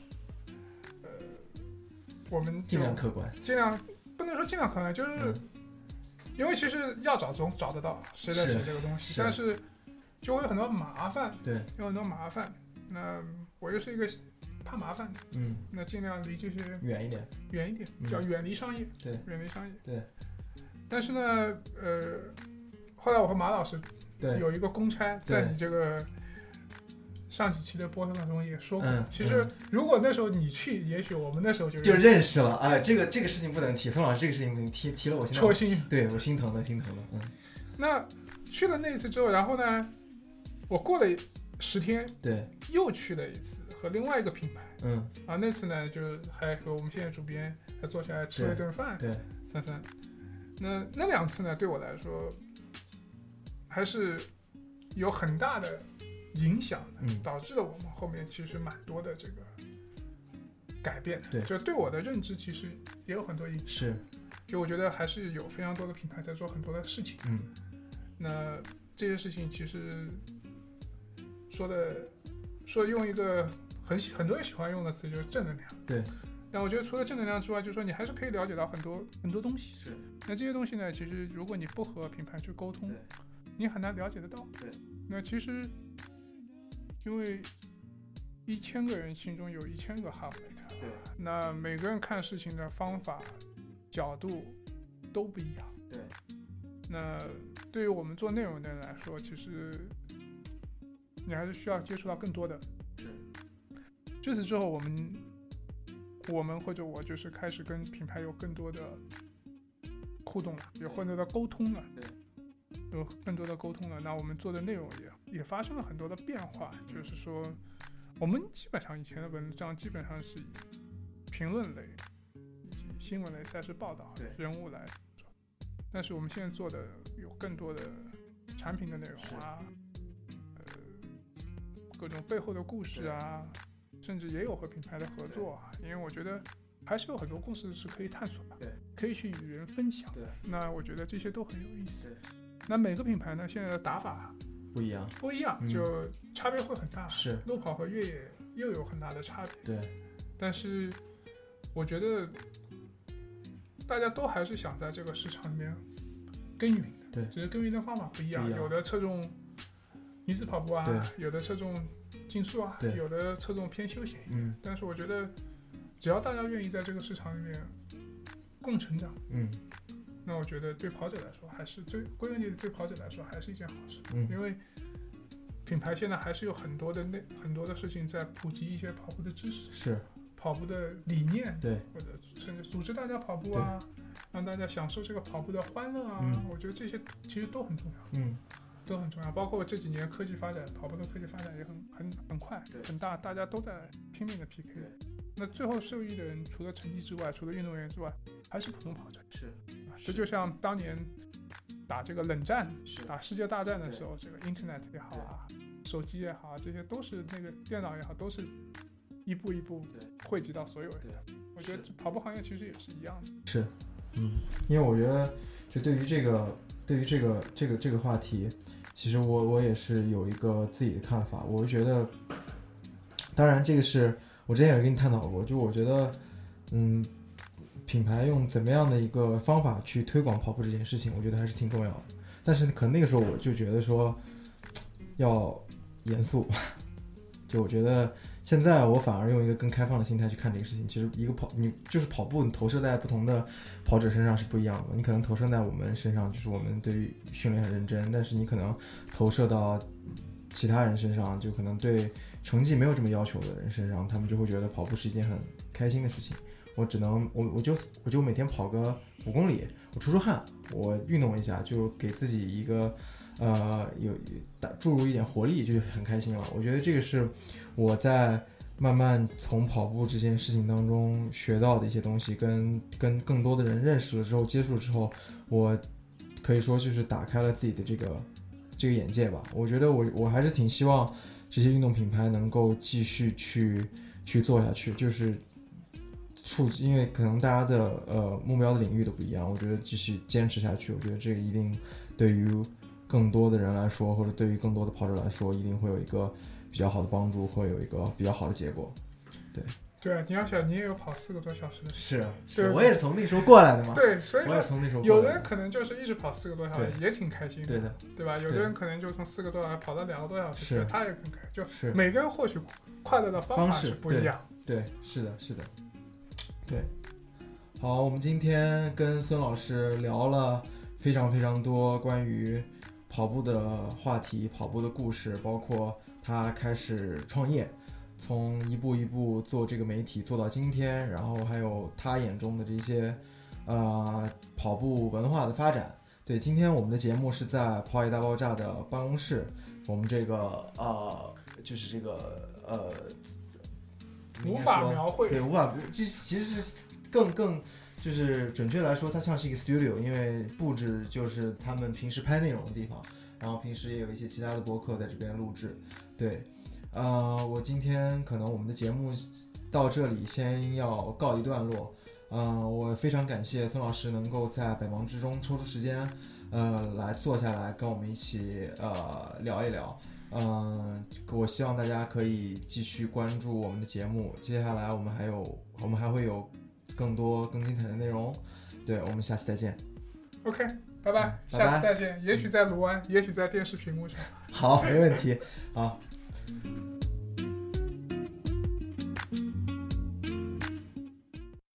我们尽量客观， 不能说尽量客观，就是因为其实要找总找得到谁在写这个东西，但是就会有很多麻烦， 对， 有很多麻烦。那我又是一个怕麻烦的，那尽量离这些远一点，叫远离商业， 对， 远离商业， 对。 但是呢，后来我和马老师有一个公差，在你这个上几期的播客当中也说过，其实如果那时候你去，也许我们那时候就认识了。哎，这个事情不能提，宋老师这个事情不能提了，我现在戳心， 对我心疼的。 那去了那一次之后，然后呢，我过了10天， 对， 又去了一次，和另外一个品牌，那次呢就还和我们现在主编还坐下来吃了一顿饭， 对， 三。那2次呢，对我来说还是有很大的影响的，导致了我们后面其实蛮多的这个改变的。 对， 就对我的认知其实也有很多影响。 是， 就我觉得还是有非常多的品牌在做很多的事情。那这些事情其实说用一个很多人喜欢用的词就是正能量。 对。 但我觉得除了正能量之外，就是说你还是可以了解到很多东西。 是。 那这些东西呢，其实如果你不和品牌去沟通，你很难了解得到。 对。 那其实因为1000个人心中有1000个哈姆雷特， 对。 那每个人看事情的方法、角度都不一样。 对。 那对于我们做内容的人来说，其实你还是需要接触到更多的。 是。 至此之后，我们或者我就是开始跟品牌有更多的互动了，有更多的沟通了，有更多的沟通了。那我们做的内容也发生了很多的变化，就是说，我们基本上以前的文章基本上是以评论类以及新闻类、赛事报道、人物来做，但是我们现在做的有更多的产品的内容啊，各种背后的故事啊。甚至也有和品牌的合作，因为我觉得还是有很多故事是可以探索的，可以去与人分享。那我觉得这些都很有意思。那每个品牌呢，现在的打法不一样，就差别会很大。 是， 路跑和越野又有很大的差别。 对， 但是我觉得大家都还是想在这个市场里面耕耘的。 对， 只是跟运动方法不一样， 不一样有的侧重女子跑步啊， 对有的侧重竞速啊， 对有的侧重偏休闲。但是我觉得，只要大家愿意在这个市场里面共成长，那我觉得对跑者来说，还是归根结底对跑者来说还是一件好事。因为品牌现在还是有很多的事情在普及一些跑步的知识， 是跑步的理念， 对， 或者甚至组织大家跑步啊，让大家享受这个跑步的欢乐啊，我觉得这些其实都很重要，都很重要。包括这几年科技发展，跑步的科技发展也很快，很大，大家都在拼命的 PK。那最后受益的人，除了成绩之外，除了运动员之外，还是普通跑者。这就像当年打这个冷战、打世界大战的时候，这个 Internet 也好啊，手机也好，这些都是那个电脑也好，都是一步一步汇集到所有人的。我觉得跑步行业其实也是一样的。 是，因为我觉得，就对于这个话题，其实我也是有一个自己的看法。我觉得，当然这个是我之前也跟你探讨过，就我觉得，品牌用怎么样的一个方法去推广跑步这件事情，我觉得还是挺重要的。但是可能那个时候我就觉得说，要严肃。就我觉得现在我反而用一个更开放的心态去看这个事情。其实一个你就是跑步，你投射在不同的跑者身上是不一样的。你可能投射在我们身上，就是我们对于训练很认真，但是你可能投射到其他人身上，就可能对成绩没有这么要求的人身上，他们就会觉得跑步是一件很开心的事情。我就每天跑个5公里，我出汗，我运动一下，就给自己一个注入一点活力，就很开心了。我觉得这个是我在慢慢从跑步这件事情当中学到的一些东西，跟更多的人认识了之后，接触之后，我可以说就是打开了自己的这个眼界吧。我觉得我还是挺希望这些运动品牌能够继续去做下去，就是因为可能大家的目标的领域都不一样，我觉得继续坚持下去，我觉得这个一定对于更多的人来说，或者对于更多的跑者来说，一定会有一个比较好的帮助，会有一个比较好的结果。 对啊，你要想，你也有跑4个多小时的时间。 是，我也是从那时候过来的嘛。 对，所以我也是从那时候过来的。 有的人可能就是一直跑4个多小时，也挺开心的。 对的， 对吧？有的人可能就从4个多小时跑到2个多小时，他也很开心。就是每个人获取快乐的方法是不一样。 对，是的。对，好，我们今天跟孙老师聊了非常非常多关于跑步的话题、跑步的故事，包括他开始创业，从一步一步做这个媒体做到今天，然后还有他眼中的这些跑步文化的发展。对，今天我们的节目是在跑野大爆炸的办公室，我们这个就是这个无法描绘， 对，无法，其实是更就是准确来说，它像是一个 studio， 因为布置就是他们平时拍内容的地方，然后平时也有一些其他的播客在这边录制。对，我今天可能我们的节目到这里先要告一段落。我非常感谢孙老师能够在百忙之中抽出时间，来坐下来跟我们一起聊一聊。我希望大家可以继续关注我们的节目，接下来我们还会有更多更精彩的内容。对，我们下期再见。 OK， 拜拜，下次再见。也许在卢湾，也许在电视屏幕上。 好，没问题。好。